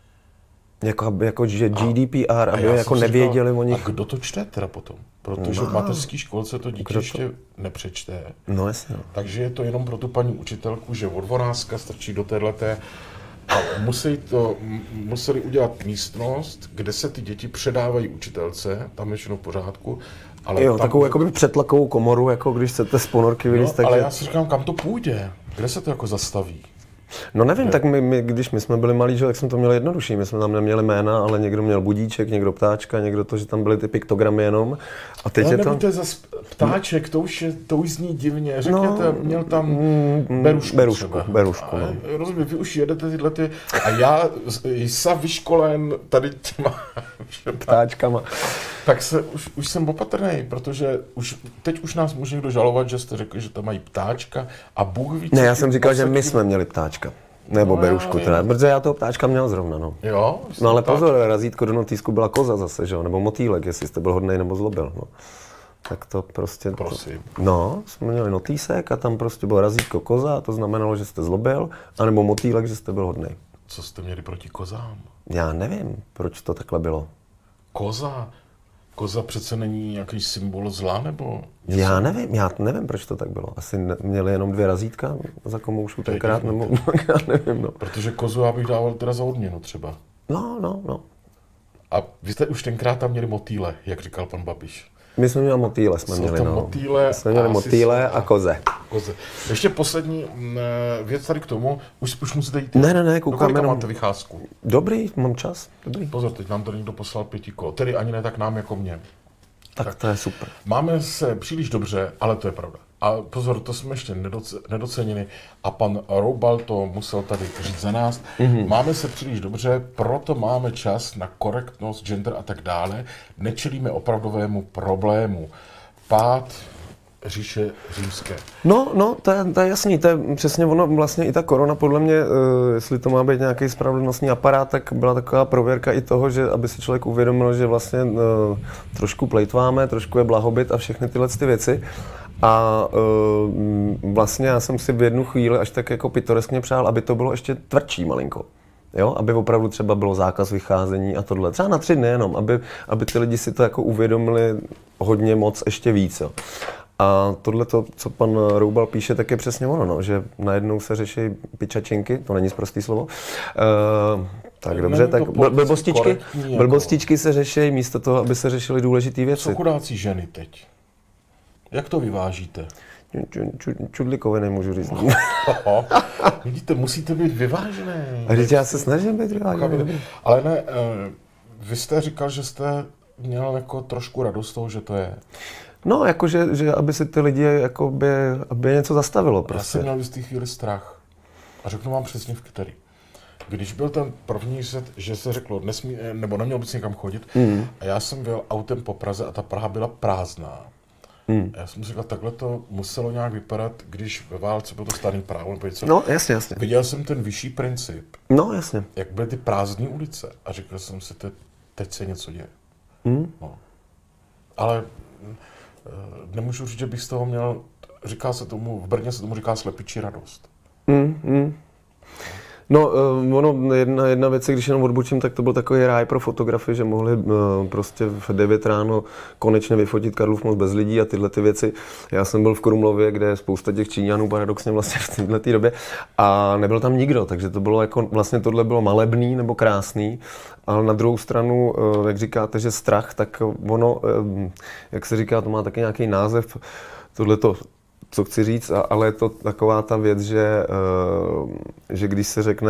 Jako, jako že G D P R, aby jako nevěděli říkal, o nich. A kdo to čte teda potom? Protože no. v mateřské školce to dítě ještě nepřečte. No jasně. Takže je to jenom pro tu paní učitelku, že od dvanáctka strčí do téhleté a musí to, museli udělat místnost, kde se ty děti předávají učitelce, tam je všechno v pořádku. Ale jo, tam, takovou jakoby přetlakovou komoru, jako když chcete z ponorky vylíst. No, takže... ale já si říkám, kam to půjde? Kde se to jako zastaví? No nevím, tak my, my, když my jsme byli malí, že, tak jsme to měli jednodušší. My jsme tam neměli jména, ale někdo měl budíček, někdo ptáčka, někdo to, že tam byly ty piktogramy jenom. A teď ale je to... to je zase ptáček, to už, je, to už zní divně. Řekněte, no, měl tam mm, berušku, berušku třeba. Berušku, no. Rozumím, vy už jedete tyhle ty... A já jsem vyškolen tady těma... Ptáčkama. Tak se, už, už jsem opatrnej, protože už, teď už nás může někdo žalovat, že jste řekli, že tam mají ptáčka a Bůh ví, co... Ne, já jsem říkal, že my jsme měli ptáčka. Nebo no, berušku, teda, protože já toho ptáčka měl zrovna, no. Jo? No ale ptáčka. Pozor, razítko do notýsku byla koza zase, že jo, nebo motýlek, jestli jste byl hodnej nebo zlobil, no. Tak to prostě... Prosím. To, no, jsme měli notýsek a tam prostě bylo razítko koza, a to znamenalo, že jste zlobil, anebo motýlek, že jste byl hodnej. Co jste měli proti kozám? Já nevím, proč to takhle bylo. Koza? Koza přece není nějaký symbol zla, nebo... Já nevím, já nevím, proč to tak bylo. Asi ne, měli jenom dvě razítka za komoušku tenkrát, nebo já nevím, no. Protože kozu já bych dával teda za odměnu třeba. No, no, no. A vy jste už tenkrát tam měli motýle, jak říkal pan Babiš. My jsme měli motýle, jsme Jsou měli, to no. Motýle jsme měli motýle a, a koze. koze. Ještě poslední věc tady k tomu, už, už musíte jít. Ne, ne, ne, koukám jenom. jenom. Máte vycházku? Dobrý, mám čas, dobrý. Pozor, teď nám tady někdo poslal pětikolo, tedy ani ne tak nám jako mě. Tak, tak to je super. Máme se příliš dobře, ale to je pravda. A pozor, to jsme ještě nedoce, nedocenili a pan Roubal to musel tady říct za nás. Mm-hmm. Máme se příliš dobře, proto máme čas na korektnost, gender a tak dále. Nečelíme opravdovému problému. Pád říše římské. No, no, to je, to je jasný, to je přesně ono, vlastně i ta korona, podle mě, uh, jestli to má být nějaký spravedlnostní aparát, tak byla taková prověrka i toho, že aby si člověk uvědomil, že vlastně uh, trošku plejtváme, trošku je blahobyt a všechny tyhle ty věci. A uh, vlastně já jsem si v jednu chvíli až tak jako pitoreskně přál, aby to bylo ještě tvrdší malinko. Jo, aby opravdu třeba bylo zákaz vycházení a tohle. Třeba na tři dny jenom, aby, aby ty lidi si to jako uvědomili hodně moc ještě víc. Jo. A tohle, co pan Roubal píše, tak je přesně ono, no, že najednou se řeší pičačinky, to není sprostý slovo. Uh, tak dobře, tak blbostičky, blbostičky se řeší místo toho, aby se řešily důležité věci. Co chudáci ženy teď? Jak to vyvážíte? Čudlíkové nemůžu říct. Vidíte, musíte být vyvážený. A teď já se snažím být vyvážený. Ale ne, vy jste říkal, že jste měl jako trošku radost toho, že to je. No, jakože, že aby si ty lidi, jakoby, aby něco zastavilo prostě. Já jsem měl v té chvíli strach. A řeknu vám přesně v který. Když byl ten první set, že se řeklo, nesmí, nebo neměl bys někam chodit, mm. a já jsem byl autem po Praze a ta Praha byla prázdná. Hmm. Já jsem si říkal, takhle to muselo nějak vypadat, když ve válce bylo to starý právo. No, jasně, jasně. Viděl jsem ten vyšší princip. No, jasně. Jak byly ty prázdné ulice. A řekl jsem si, te, teď se něco děje. Hmm. No. Ale nemůžu říct, že bych z toho měl, říká se tomu, v Brně se tomu říká slepičí radost. Hmm, hmm. No, uh, ono, jedna, jedna věc, když jenom odbočím, tak to byl takový ráj pro fotografy, že mohli uh, prostě v devět ráno konečně vyfotit Karlův most bez lidí a tyhle ty věci. Já jsem byl v Krumlově, kde je spousta těch Číňanů paradoxně vlastně v této době a nebyl tam nikdo, takže to bylo jako, vlastně tohle bylo malebný nebo krásný, ale na druhou stranu, uh, jak říkáte, že strach, tak ono, uh, jak se říká, to má taky nějaký název, tohleto co chci říct, ale je to taková ta věc, že, že když se řekne,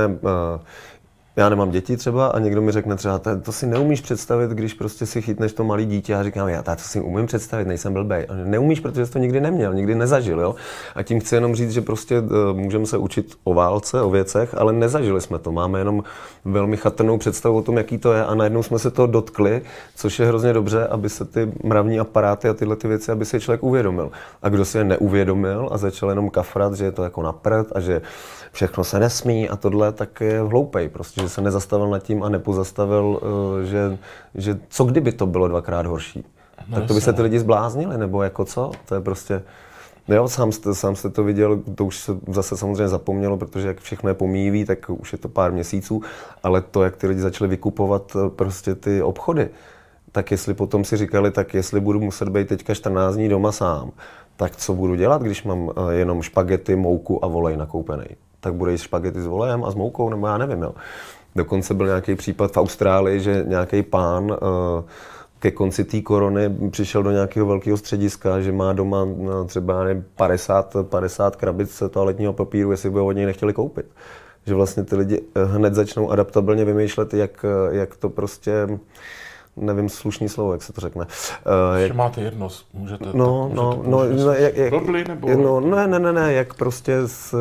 já nemám děti třeba a někdo mi řekne třeba, to si neumíš představit, když prostě si chytneš to malé dítě a říkám, já to si umím představit, nejsem blbej. Neumíš, protože jsi to nikdy neměl, nikdy nezažil, jo. A tím chci jenom říct, že prostě můžeme se učit o válce, o věcech, ale nezažili jsme to. Máme jenom velmi chatrnou představu o tom, jaký to je a najednou jsme se toho dotkli, což je hrozně dobře, aby se ty mravní aparáty a tyhle ty věci, aby si je člověk uvědomil. A kdo si je neuvědomil a začal jenom kafrat, že je to jako na prd a že všechno se nesmí a tohle, tak je hloupej prostě, že se nezastavil nad tím a nepozastavil, že, že co kdyby to bylo dvakrát horší. No, tak to by se ty lidi zbláznili, nebo jako co? To je prostě, jo, sám jste, sám jste to viděl, to už se zase samozřejmě zapomnělo, protože jak všechno je pomíjivý, tak už je to pár měsíců, ale to, jak ty lidi začali vykupovat prostě ty obchody, tak jestli potom si říkali, tak jestli budu muset být teďka čtrnáct dní doma sám, tak co budu dělat, když mám jenom špagety, mouku a volej nakoupený? Tak bude jíst špagety s volejem a s moukou, nebo já nevím, jo. Dokonce byl nějaký případ v Austrálii, že nějaký pán uh, ke konci té korony přišel do nějakého velkého střediska, že má doma no, třeba nevím, padesát, padesát krabic toaletního papíru, jestli by ho od něj nechtěli koupit. Že vlastně ty lidi hned začnou adaptabilně vymýšlet, jak, jak to prostě, nevím slušný slovo, jak se to řekne. Uh, jak máte jedno, můžete no, to, no, můžete, no, můžete no, jak, jak, blbli, nebo... No, ne, ne, ne, ne, jak prostě s...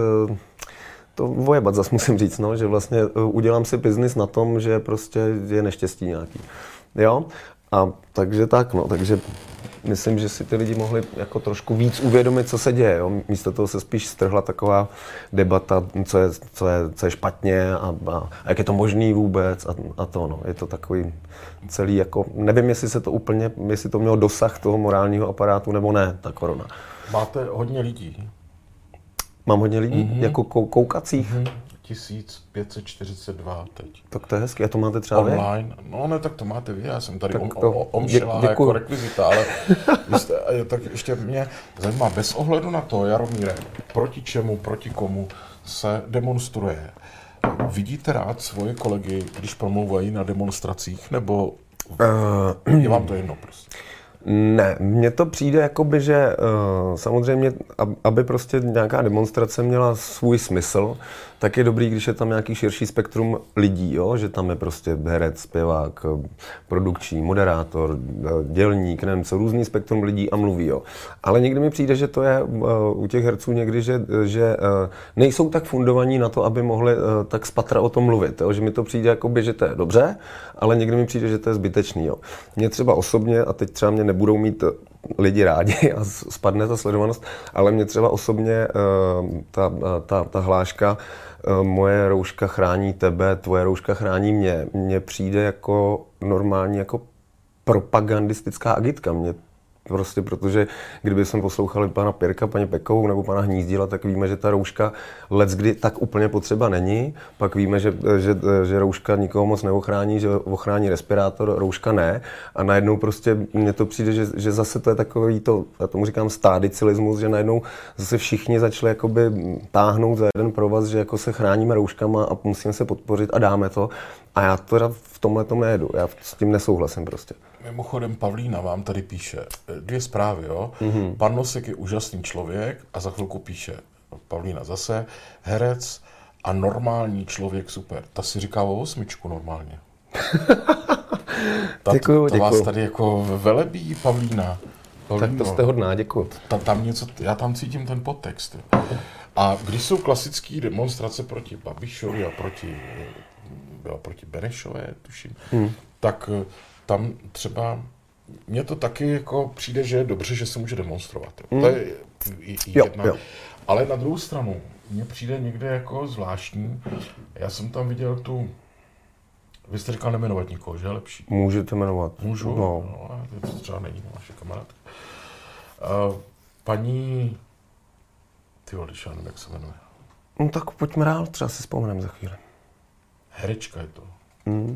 To vojebat zas musím říct, no, že vlastně udělám si biznis na tom, že prostě je neštěstí nějaký. Jo? A takže tak, no, takže myslím, že si ty lidi mohli jako trošku víc uvědomit, co se děje. Jo? Místo toho se spíš strhla taková debata, co je, co je, co je špatně a, a, a jak je to možný vůbec a, a to, no. Je to takový celý jako, nevím, jestli se to úplně, jestli to mělo dosah toho morálního aparátu nebo ne, ta korona. Máte hodně lidí. Mám hodně lidí, mm-hmm. jako kou- koukacích. Mm-hmm. tisíc pět set čtyřicet dva teď. Tak to je hezky, a to máte třeba online. Vy? No ne, tak to máte vy, já jsem tady om, to, omšela dě, jako rekvizita, ale jste, tak ještě mě zajímá, bez ohledu na to, Jaromíre, proti čemu, proti komu se demonstruje. Vidíte rád svoje kolegy, když promlouvají na demonstracích, nebo uh, je vám to jedno prostě? Ne, mně to přijde jakoby, že uh, samozřejmě, aby prostě nějaká demonstrace měla svůj smysl, tak je dobrý, když je tam nějaký širší spektrum lidí, jo? Že tam je prostě herec, zpěvák, produkční, moderátor, dělník, nevím co, různý spektrum lidí a mluví, jo. Ale někdy mi přijde, že to je uh, u těch herců někdy, že, že uh, nejsou tak fundovaní na to, aby mohli uh, tak spatra o tom mluvit, jo? Že mi to přijde jakoby, že to je dobře, ale někdy mi přijde, že to je zbytečný, jo. Mně třeba osobně, a teď třeba mě nebudou mít lidi rádi a spadne ta sledovanost, ale mě třeba osobně uh, ta, ta, ta hláška uh, moje rouška chrání tebe, tvoje rouška chrání mě, mně přijde jako normální jako propagandistická agitka. Mě prostě, protože kdyby jsme poslouchali pana Pirka, paní Pekovou nebo pana Hnízdila, tak víme, že ta rouška leckdy tak úplně potřeba není. Pak víme, že, že, že rouška nikoho moc neochrání, že ochrání respirátor, rouška ne. A najednou prostě mně to přijde, že, že zase to je takový to, já tomu říkám stádicilismus, že najednou zase všichni začali jakoby táhnout za jeden provaz, že jako se chráníme rouškama a musíme se podpořit a dáme to. A já teda v tomhle tom nejedu, já s tím nesouhlasím prostě. Mimochodem Pavlína vám tady píše dvě zprávy, jo. Mm-hmm. Pan Nosek je úžasný člověk a za chvilku píše Pavlína zase, herec a normální člověk, super. Ta si říká o osmičku normálně. Ta, děkuju, to, to vás tady jako velebí, Pavlína. Pavlíno. Tak to jste hodná, děkuju. Ta, tam něco, já tam cítím ten podtext. Jo. A když jsou klasické demonstrace proti Babišovi a proti, byla proti Benešové, tuším, hmm. tak tam třeba, mně to taky jako přijde, že je dobře, že se může demonstrovat. Jo. Hmm. To je jedna. Jo, jo. Ale na druhou stranu, mně přijde někde jako zvláštní, já jsem tam viděl tu, vy jste říkal nemenovat nikoho, že je lepší? Můžete jmenovat. Můžu? No. No, to třeba není naše kamarádka. Uh, paní, tyjo, když já nevím, jak se jmenuje. No tak pojďme dál, třeba si vzpomeneme za chvíli. Herečka je to. Mm.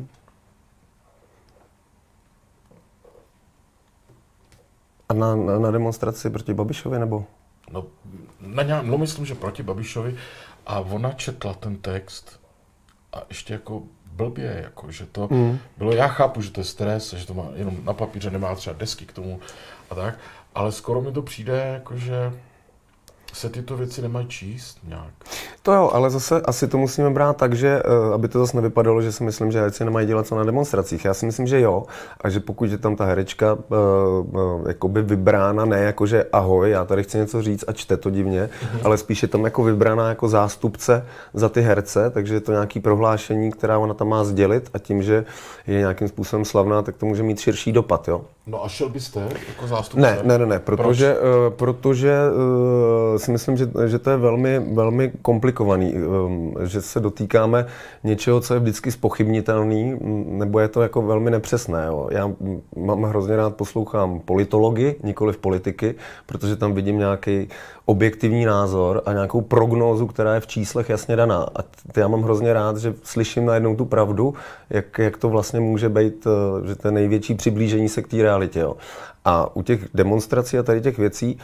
A na, na, na demonstraci proti Babišovi, nebo? No, na ně, no, myslím, že proti Babišovi. A ona četla ten text a ještě jako blbě, jako, že to mm. bylo, já chápu, že to je stres, že to má jenom na papíře, nemá třeba desky k tomu a tak, ale skoro mi to přijde, jako, že se tyto věci nemají číst nějak. To jo, ale zase asi to musíme brát tak, že aby to zase nevypadalo, že si myslím, že herci nemají dělat co na demonstracích. Já si myslím, že jo, a že pokud je tam ta herečka uh, uh, jakoby vybrána, ne jako že ahoj, já tady chci něco říct a čte to divně, mm-hmm. ale spíš je tam jako vybrána jako zástupce za ty herce, takže je to nějaký prohlášení, která ona tam má sdělit a tím, že je nějakým způsobem slavná, tak to může mít širší dopad, jo. No a šel byste jako zástupce? Ne, ne, ne, ne, protože, uh, protože uh, si myslím, že, že to je velmi, velmi komplikovaný, um, že se dotýkáme něčeho, co je vždycky zpochybnitelný, nebo je to jako velmi nepřesné. Jo. Já mám hrozně rád poslouchám politology, nikoliv politiky, protože tam vidím nějaký objektivní názor a nějakou prognózu, která je v číslech jasně daná. A t- já mám hrozně rád, že slyším najednou tu pravdu, jak, jak to vlastně může být, že to je největší přiblížení se k té realitě. Jo. A u těch demonstrací a tady těch věcí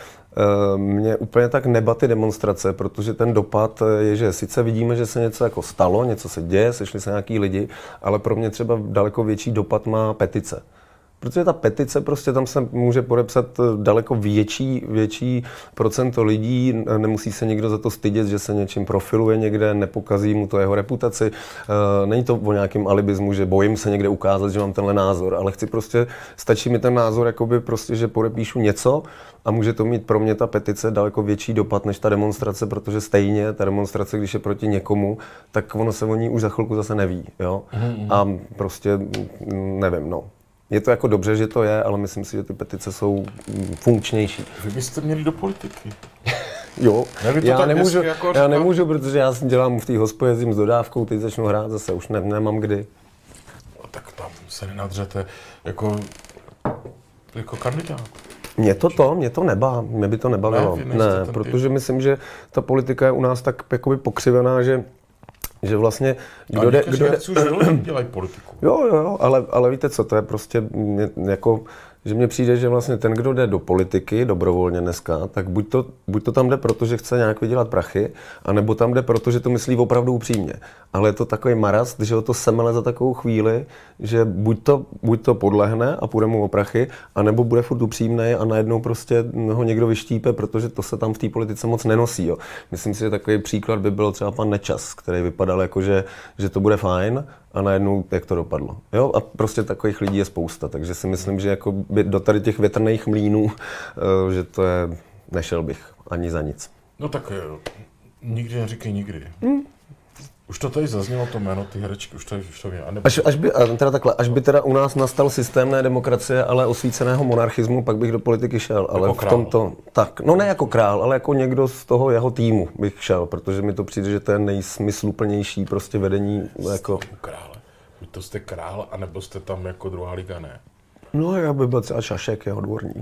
mě úplně tak neba ty demonstrace, protože ten dopad je, že sice vidíme, že se něco jako stalo, něco se děje, sešli se nějaký lidi, ale pro mě třeba daleko větší dopad má petice. Protože ta petice, prostě tam se může podepsat daleko větší, větší procento lidí, nemusí se nikdo za to stydět, že se něčím profiluje někde, nepokazí mu to jeho reputaci. Není to o nějakém alibismu, že bojím se někde ukázat, že mám tenhle názor, ale chci prostě, stačí mi ten názor, jakoby prostě, že podepíšu něco a může to mít pro mě ta petice daleko větší dopad než ta demonstrace, protože stejně ta demonstrace, když je proti někomu, tak ono se o ní už za chvilku zase neví, jo. Mm-hmm. A prostě nevím, no. Je to jako dobře, že to je, ale myslím si, že ty petice jsou funkčnější. Vy byste měli do politiky. Jo, já nemůžu, jako já nemůžu, protože já dělám v té hospodě, jezdím s dodávkou, teď začnu hrát zase, už ne, nemám kdy. No, tak tam se nenadřete jako, jako kandidát. Mě to to, mě to nebá, mě by to nebavilo. Ne, ne protože myslím, že ta politika je u nás tak jakoby pokřivená, že že vlastně kdo jde, kdo jde, dělají politiku. Jo, jo, jo, ale, ale víte co, to je prostě jako, že mně přijde, že vlastně ten, kdo jde do politiky dobrovolně dneska, tak buď to, buď to tam jde, protože chce nějak vydělat prachy, anebo tam jde, protože to myslí opravdu upřímně. Ale je to takový marast, že ho to semele za takovou chvíli, že buď to, buď to podlehne a půjde mu o prachy, anebo bude furt upřímnej a najednou prostě ho někdo vyštípe, protože to se tam v té politice moc nenosí. Jo. Myslím si, že takový příklad by byl třeba pan Nečas, který vypadal jako, že, že to bude fajn, a najednou jak to dopadlo. Jo? A prostě takových lidí je spousta, takže si myslím, že jako by do tady těch větrných mlýnů, že to je, nešel bych ani za nic. No tak nikdy neříkej nikdy. Hmm. Už to tady zaznělo, to jméno, ty herečky, už to, už to vím. Až, až, by, teda takhle, až by teda u nás nastal systém ne demokracie, ale osvíceného monarchismu, pak bych do politiky šel. Ale jako v tomto, tak, no ne jako král, ale jako někdo z toho jeho týmu bych šel, protože mi to přijde, že to je nejsmysluplnější prostě vedení. Jako... Krále. Buď to jste král, anebo jste tam jako druhá liga, ne? No já bych byl třeba Šašek, jeho dvorní.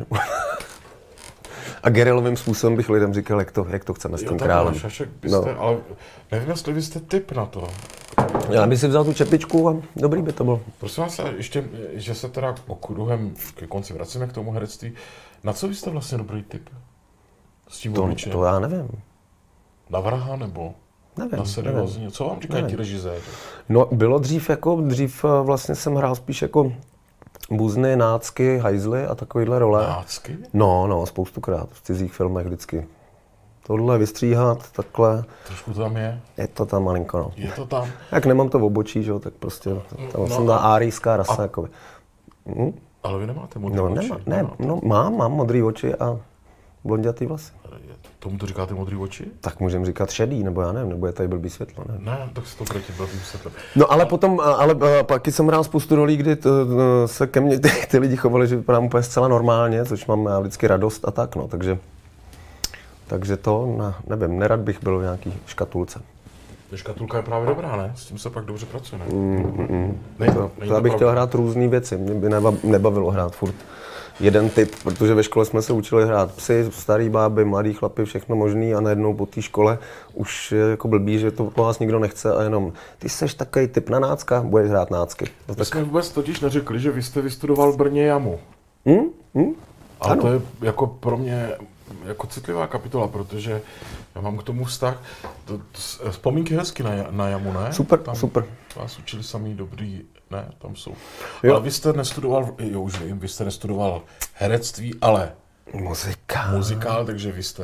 A gerilovým způsobem bych lidem říkal, jak to, jak to chceme s tím králem. Šašek byste, no. Ale nevím, jestli byste typ na to. Já bych si vzal tu čepičku a dobrý by to bylo. Prosím vás, ještě, že se teda okruhem ke konci vracíme k tomu herectví. Na co byste vlastně dobrý typ? S tím to, obličejem? To já nevím. Na vraha nebo nevím, na seriózně? Co vám říkají ti režiséři? No bylo dřív jako, dřív vlastně jsem hrál spíš jako buzny, nácky, hajzly a takovýhle role. Nácky? No, no, spoustukrát v cizích filmech vždycky. Tohle vystříhat, takhle. Trošku to tam je? Je to tam malinko, no. Je to tam? Jak nemám to v obočí, že, tak prostě tam no, jsem ta árijská rasa. A... Jakoby. Hm? Ale vy nemáte modré no, oči? Nema, ne, no, mám, mám modré oči a blondětý vlasy. Tomu to říkáte modrý oči? Tak můžeme říkat šedý, nebo já nevím, nebo je tady blbý světlo, ne? Ne, tak se to proti blbým světlem. No ale potom, ale pak jsem hrál spoustu rolí, kdy to, se ke mně ty, ty lidi chovali, že vypadám úplně zcela normálně, což mám já vždycky radost a tak, no, takže, takže to, ne, nevím, nerad bych byl v nějaký škatulce. Škatulka je právě dobrá, ne? S tím se pak dobře pracuje, ne? Mm, mm, ne to, to já bych chtěl hrát různý věci, mě by nebavilo hrát furt jeden typ, protože ve škole jsme se učili hrát psy, starý báby, mladý chlapy, všechno možný a najednou po té škole už je jako blbý, že to po vás nikdo nechce a jenom ty seš takový typ na nácka, budeš hrát nácky. No, tak jsme vůbec totiž neřekli, že vy jste vystudoval v Brně jamu. Hmm? Hmm? Ale ano. To je jako pro mě jako citlivá kapitola, protože já mám k tomu vztah. To, to, vzpomínky hezky na, na jamu, ne? Super, tam super. Vás učili samý dobrý, ne? Tam jsou. Jo. Ale vy jste nestudoval, jo už vím, vy jste nestudoval herectví, ale muzikál. Muzikál, takže vy jste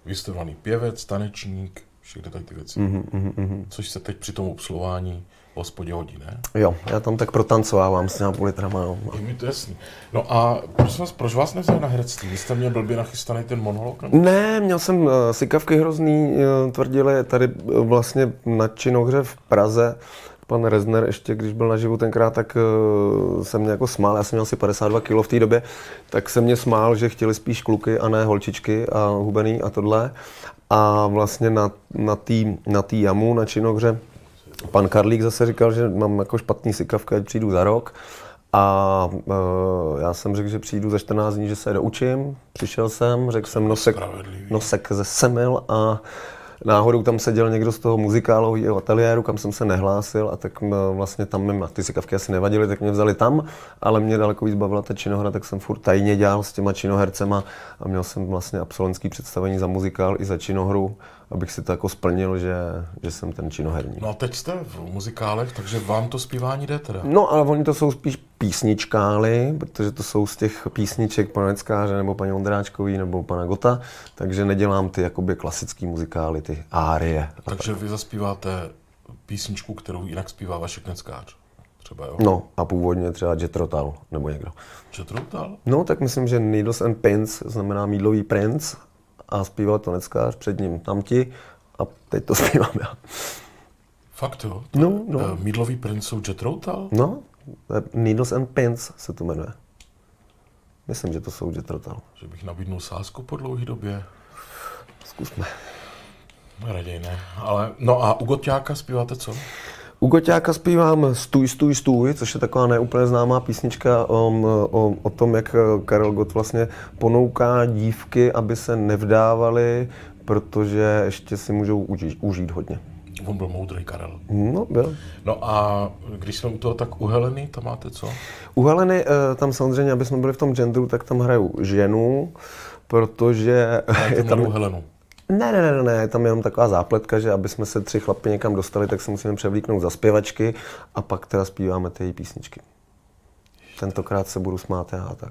vystudovaný pěvec, tanečník, všechny tady ty věci. Mm-hmm, mm-hmm. Což se teď při tom obsluhování v hospodě hodí, ne? Jo, já tam tak protancovávám s těma půl litrama, no. Je mi to jasný. No a prosím vás, proč vás nevzali na herectví? Vy jste měl blbě nachystaný ten monolog? Nebo? Ne, měl jsem uh, sykavky hrozný, uh, tvrdili tady uh, vlastně na Činohře v Praze. Pan Rezner ještě, když byl naživu tenkrát, tak uh, se mě jako smál, já jsem měl asi padesát dva kilo v té době, tak se mě smál, že chtěli spíš kluky a ne holčičky a hubený a tohle. A vlastně na, na tý, na tý jamu na Činohře pan Karlík zase říkal, že mám jako špatný sykavky, ať přijdu za rok. A uh, já jsem řekl, že přijdu za čtrnáct dní, že se doučím. Přišel jsem, řekl jsem nosek, nosek ze Semil a náhodou tam seděl někdo z toho muzikálového ateliéru, kam jsem se nehlásil a tak vlastně tam mi ty sykavky asi nevadily, tak mě vzali tam, ale mě daleko víc bavila ta činohra, tak jsem furt tajně dělal s těma činohercema a měl jsem vlastně absolventský představení za muzikál i za činohru, abych si to jako splnil, že, že jsem ten činoherní. No a teď jste v muzikálech, takže vám to zpívání jde teda? No, ale oni to jsou spíš písničkály, protože to jsou z těch písniček pana Neckáře nebo paní Ondráčkový nebo pana Gota, takže nedělám ty jakoby klasický muzikály, ty árie. Takže vy zaspíváte písničku, kterou jinak zpívá Vašek Neckář? Třeba, jo? No, a původně třeba Jethro Tull nebo někdo. Jethro Tull? No, tak myslím, že Needles and Pins znamená mídlový princ a zpíval to Neckář, před ním tamti a teď to zpívám já. Fakt jo? To, no, no. Uh, mídlový princ jsou Jethro Tull? No, Needles and Pins se to jmenuje. Myslím, že to jsou Jethro Tull. Že bych nabídnul sázku po dlouhé době. Zkusme. Raději ne, ale no a u Goťáka zpíváte co? U Goťáka zpívám Stůj, stůj, stůj, což je taková neúplně známá písnička o, o, o tom, jak Karel Gott vlastně ponouká dívky, aby se nevdávaly, protože ještě si můžou užít, užít hodně. On byl moudrý, Karel. No, byl. No a když jsme u toho, tak u Heleny, tam máte co? U Heleny, tam samozřejmě, aby jsme byli v tom genderu, tak tam hraju ženu, protože... Je tam u Helenu. Ne, ne, ne, ne, je tam jenom taková zápletka, že aby jsme se tři chlapi někam dostali, tak se musíme převlíknout za zpěvačky a pak teda zpíváme ty její písničky. Tentokrát se budu smát já a tak.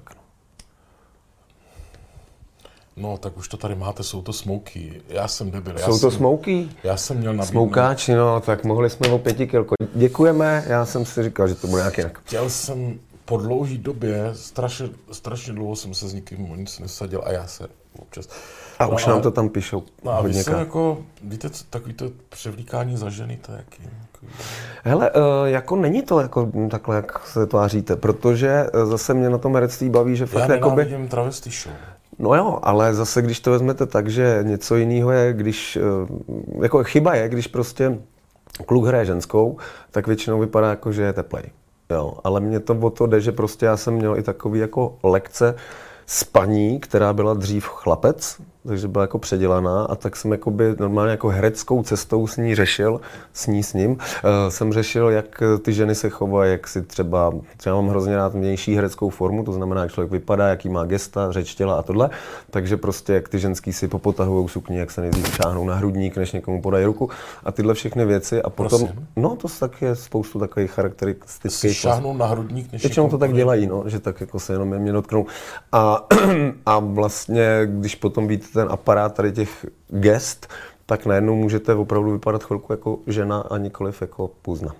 No, tak už to tady máte, jsou to Smoky. Já jsem debil. Jsou to Smoky? Já jsem měl nabídnout. Smokáči, no, tak mohli jsme o pěti kilko. Děkujeme, já jsem si říkal, že to bude nějak jinak. Chtěl jsem po dlouhý době, strašně, strašně dlouho jsem se s nikým o nic nesadil a já se občas... A no, už nám to tam píšou. No a vy jsem jako, víte, takový to převlíkání za ženy, to je jaký? Jako... Hele, jako není to jako takhle, jak se tváříte, protože zase mě na tom herectví baví, že fakt já jakoby... Já nenávidím travesty show. No jo, ale zase když to vezmete tak, že něco jiného je, když, jako chyba je, když prostě kluk hraje ženskou, tak většinou vypadá jako, že je teplej. Jo, ale mně to o to jde, že prostě já jsem měl i takový jako lekce s paní, která byla dřív chlapec, takže byla jako předělaná a tak jsem jakoby normálně jako hereckou cestou s ní řešil, s ní, s ním, uh, jsem řešil, jak ty ženy se chovají, jak si třeba, třeba mám hrozně rád vnější hereckou formu, to znamená, jak člověk vypadá, jaký má gesta, řeč těla a tohle, takže prostě jak ty ženský si popotahujou sukni, jak se nejdřív šáhnou na hrudník, než někomu podají ruku a tyhle všechny věci a potom, Prosím. no to tak je spoustu takových charakteristických. Šáhnou na hrudník, než někomu to tak dělají, no, že tak jako se jenom mě dotknou a, a vlastně, když potom víte ten aparát tady těch gest, tak najednou můžete opravdu vypadat chvilku jako žena a nikoliv jako půzna.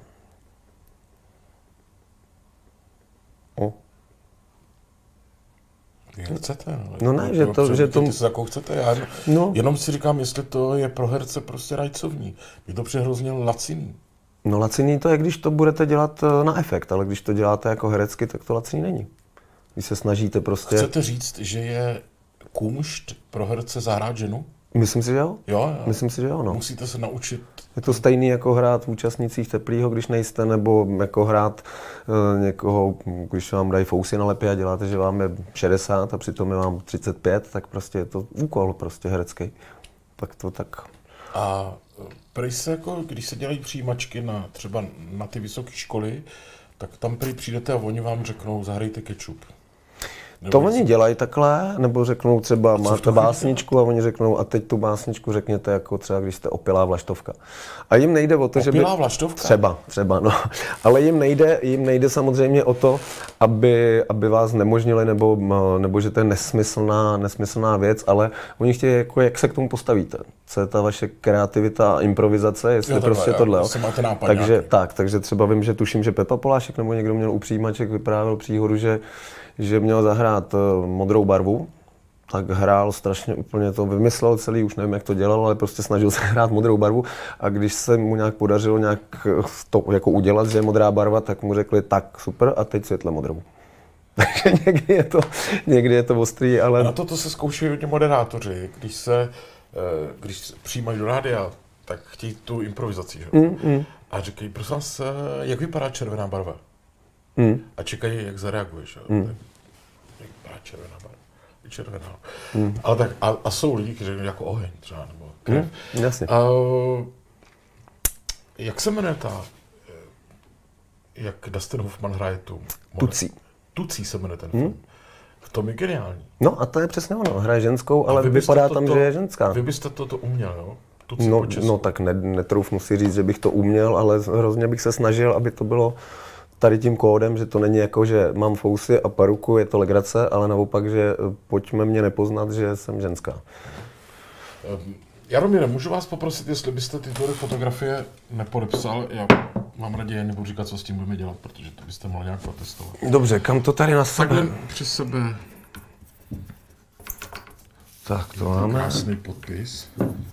O. Jak chcete, no. No ne, že to... Že to... se jako chcete, já jenom, no. jenom si říkám, jestli to je pro herce prostě rajcovní. Je to přehrozně laciný. No laciný to je, když to budete dělat na efekt, ale když to děláte jako herecky, tak to laciný není. Když se snažíte prostě... Chcete říct, že je kumšt pro herce zahrát ženu? Myslím si, že jo. Jo, jo. Myslím si, že jo, no. Musíte se naučit. Je to stejný jako hrát v účastnicích teplýho, když nejste, nebo jako hrát uh, někoho, když vám dají fousy na lepě a děláte, že vám je šedesát a přitom je vám třicet pět, tak prostě je to úkol prostě herecký. Tak to tak. A prý se jako, když se dělají přijímačky na třeba na ty vysoké školy, tak tam prý přijdete a oni vám řeknou, zahrajte kečup. To oni dělají takhle, nebo řeknou třeba máte básničku a oni řeknou a teď tu básničku řekněte jako třeba, když jste opilá vlaštovka. A jim nejde o to, že by... Opilá vlaštovka? Třeba, třeba, no. Ale jim nejde, jim nejde samozřejmě o to, aby, aby vás nemožnili, nebo, nebo že to je nesmyslná, nesmyslná věc, ale oni chtějí, jako, jak se k tomu postavíte. Co je ta vaše kreativita a improvizace, jestli jo, prostě já, tohle. Takže, tak, takže třeba vím, že tuším, že Pepa Polášek nebo někdo měl u přijímaček, vyprávěl příhodu, že že měl zahrát Modrou barvu, tak hrál strašně úplně to, vymyslel celý, už nevím, jak to dělal, ale prostě snažil se hrát Modrou barvu a když se mu nějak podařilo nějak to jako udělat, že je modrá barva, tak mu řekli tak super a teď světle modrou. Takže někdy je to, někdy je to ostrý, ale... A na to, to se zkoušejí hodně moderátoři, když se, když přijímají do rádia, tak chtějí tu improvizaci, že? Mm, mm. A říkají, prosím vás, jak vypadá červená barva? Mm. A čekají, jak zareaguješ. Mm. Tak, jak vypadá červená barva? Je červená. Mm. Ale tak, a, a jsou lidi, kteří jako oheň třeba, nebo krev. Mm. Jasně. A, jak se jmenuje ta, jak Dustin Hoffman hraje tu? Tucí. Tucí se jmenuje ten film. Mm. V tom je geniální. No a to je přesně ono. Hraje ženskou, ale vypadá to, tam, to, že je ženská. Vy byste to, to uměl, jo? Tucí no, no tak ne, netroufnu si říct, že bych to uměl, ale hrozně bych se snažil, aby to bylo tady tím kódem, že to není jako, že mám fousy a paruku, je to legrace, ale naopak, že pojďme mě nepoznat, že jsem ženská. Jaromíre, můžu vás poprosit, jestli byste ty tvoje fotografie nepodepsal, já mám raději nebudu říkat, co s tím budeme dělat, protože to byste mohli nějak protestovat. Dobře, kam to tady na sebe? Takhle při sebe. Tak to máme. Krásný podpis.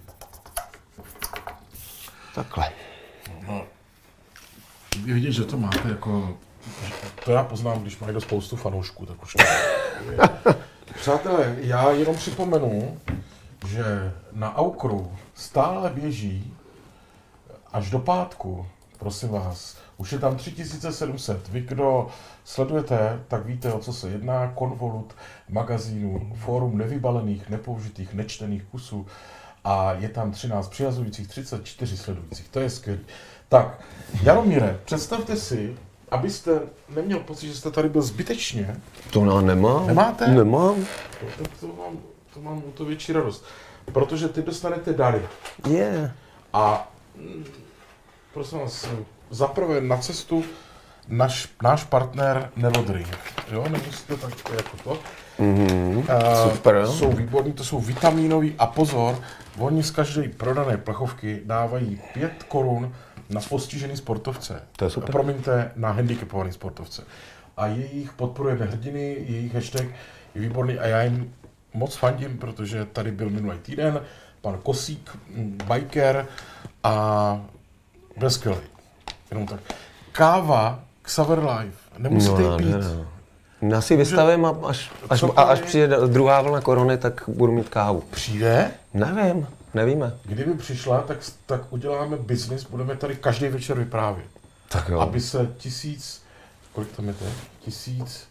Takhle. No, je vidět, že to máte jako, to já poznám, když má někdo spoustu fanoušků, tak už to je. Přátelé, já jenom připomenu, že na Aukru stále běží až do pátku, prosím vás, už je tam tři tisíce sedm set. Vy, kdo sledujete, tak víte, o co se jedná. Konvolut magazínu, fórum nevybalených, nepoužitých, nečtených kusů a je tam třináct přihazujících, třicet čtyři sledujících. To je skvělé. Tak, Jaromíre, představte si, abyste neměl pocit, že jste tady byl zbytečně. To já nemám. Nemáte? Nemám. To, to, mám, to mám o to větší radost. Protože ty dostanete dary. Je. Yeah. A prosím vás, zaprvé na cestu naš, náš partner Nelodrink. Jo, nemusíte tak jako to. Mm-hmm. Uh, Super. Jsou výborní, to jsou vitamínový a pozor, oni z každé prodané plechovky dávají pět korun na postižený sportovce. To je super. Promiňte, na handicapovaný sportovce. A jejich podporujeme hrdiny, jejich hashtag je výborný a já jim moc fandím, protože tady byl minulý týden pan Kosík, biker a byl skvělý. Jenom tak. Káva, Xaver Life, nemusíte no, jí pít. No, no. Já si vystavím a až, až, a až přijde druhá vlna korony, tak budu mít kávu. Přijde? Nevím, nevíme. Kdyby přišla, tak, tak uděláme biznis, budeme tady každý večer vyprávět. Tak jo. Aby se tisíc, kolik tam je teď? Tisíc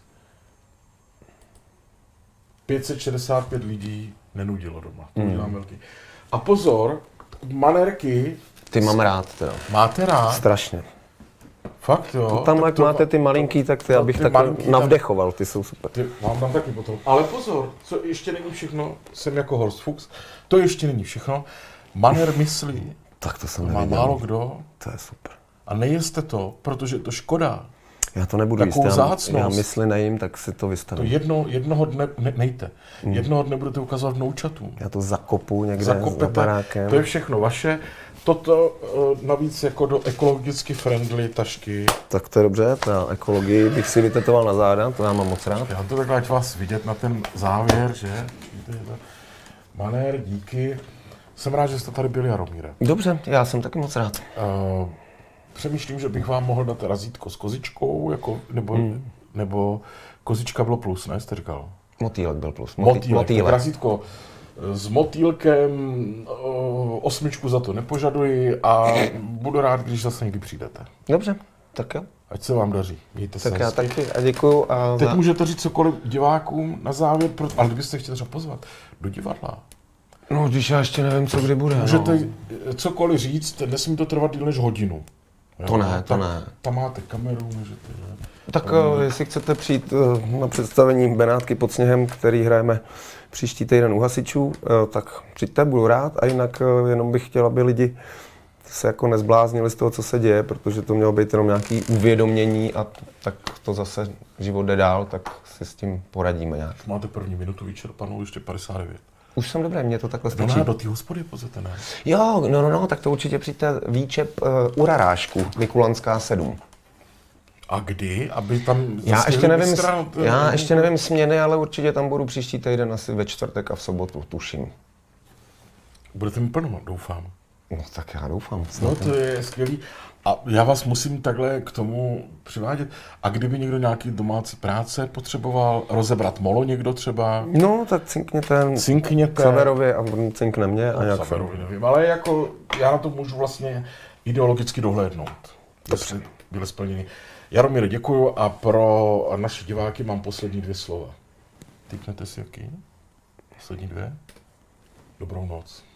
pět set šedesát pět lidí nenudilo doma. To udělám mm. velký. A pozor, manérky. Ty mám rád teda. Máte rád? Strašně. Fakt jo. To tam, jak to, máte ty malinký, tak ty, abych tak navdechoval, ty jsou super. Ty, mám tam taky potom. Ale pozor, co ještě není všechno, jsem jako Horst Fuchs, to ještě není všechno. Manér myslí, tak to jsem to neviděl. Má málo kdo. To je super. A nejeste to, protože je to škoda. Já to nebudu jíst, já, já mysli nejím, tak si to vystavím. To jedno, jednoho dne, ne, nejte, mm. jednoho dne budete ukazovat vnoučatům. Já to zakopu někde Zakopete, za barákem. To je všechno vaše. Toto uh, navíc jako do ekologicky friendly tašky. Tak to je dobře, ta ekologii bych si vytetoval na záda, to já mám moc rád. Já to takhle, ať vás vidět na ten závěr, že? Manér, díky. Jsem rád, že jste tady byli, Jaromíre. Dobře, já jsem taky moc rád. Uh, Přemýšlím, že bych vám mohl dát razítko s kozičkou, jako, nebo, hmm. nebo kozička bylo plus, ne, jste říkal? Motýlek byl plus. Motý, motýlek, motýlek. Razítko s motýlkem, osmičku za to nepožaduji a budu rád, když zase někdy přijdete. Dobře, tak jo. Ať se vám daří, mějte se. Tak já taky a děkuju. A teď za... můžete říct cokoliv divákům na závěr, ale kdybyste chtěli třeba pozvat do divadla. No, když já ještě nevím, co kdy bude. Můžete no. cokoliv říct, nesmí to trvat díl než hodinu. To ne, to ne. Tam máte kameru, můžete... Tak um, jestli chcete přijít na představení Benátky pod sněhem, který hrajeme příští týden u hasičů, tak přijďte, budu rád. A jinak jenom bych chtěl, aby lidi se jako nezbláznili z toho, co se děje, protože to mělo být jenom nějaké uvědomění a tak to zase život jde dál, tak si s tím poradíme nějak. Máte první minutu vyčerpanou, ještě padesát devět. Už jsem dobré, mě to takhle stačí. No ne, do té hospody pozete, ne? Jo, no, no, no, tak to určitě přijďte výčep uh, u Rarážku, Mikulanská sedm. A kdy? Aby tam já ještě nevím, stran, já nevím, ještě nevím směny, ale určitě tam budu příští týden asi ve čtvrtek a v sobotu, tuším. Budete mi plno, doufám. No tak já doufám. No to je skvělý. A já vás musím takhle k tomu přivádět. A kdyby někdo nějaký domácí práce potřeboval, rozebrat molo někdo třeba? No tak cinkněte, cinkněte. Xaverovi a on cinkne mě. A nějak Xaverovi nevím, ale jako já na to můžu vlastně ideologicky dohlédnout. Dobře. Byly splněny. Jaromíre, děkuju a pro naše diváky mám poslední dvě slova. Tyknete si jaký? Poslední dvě? Dobrou noc.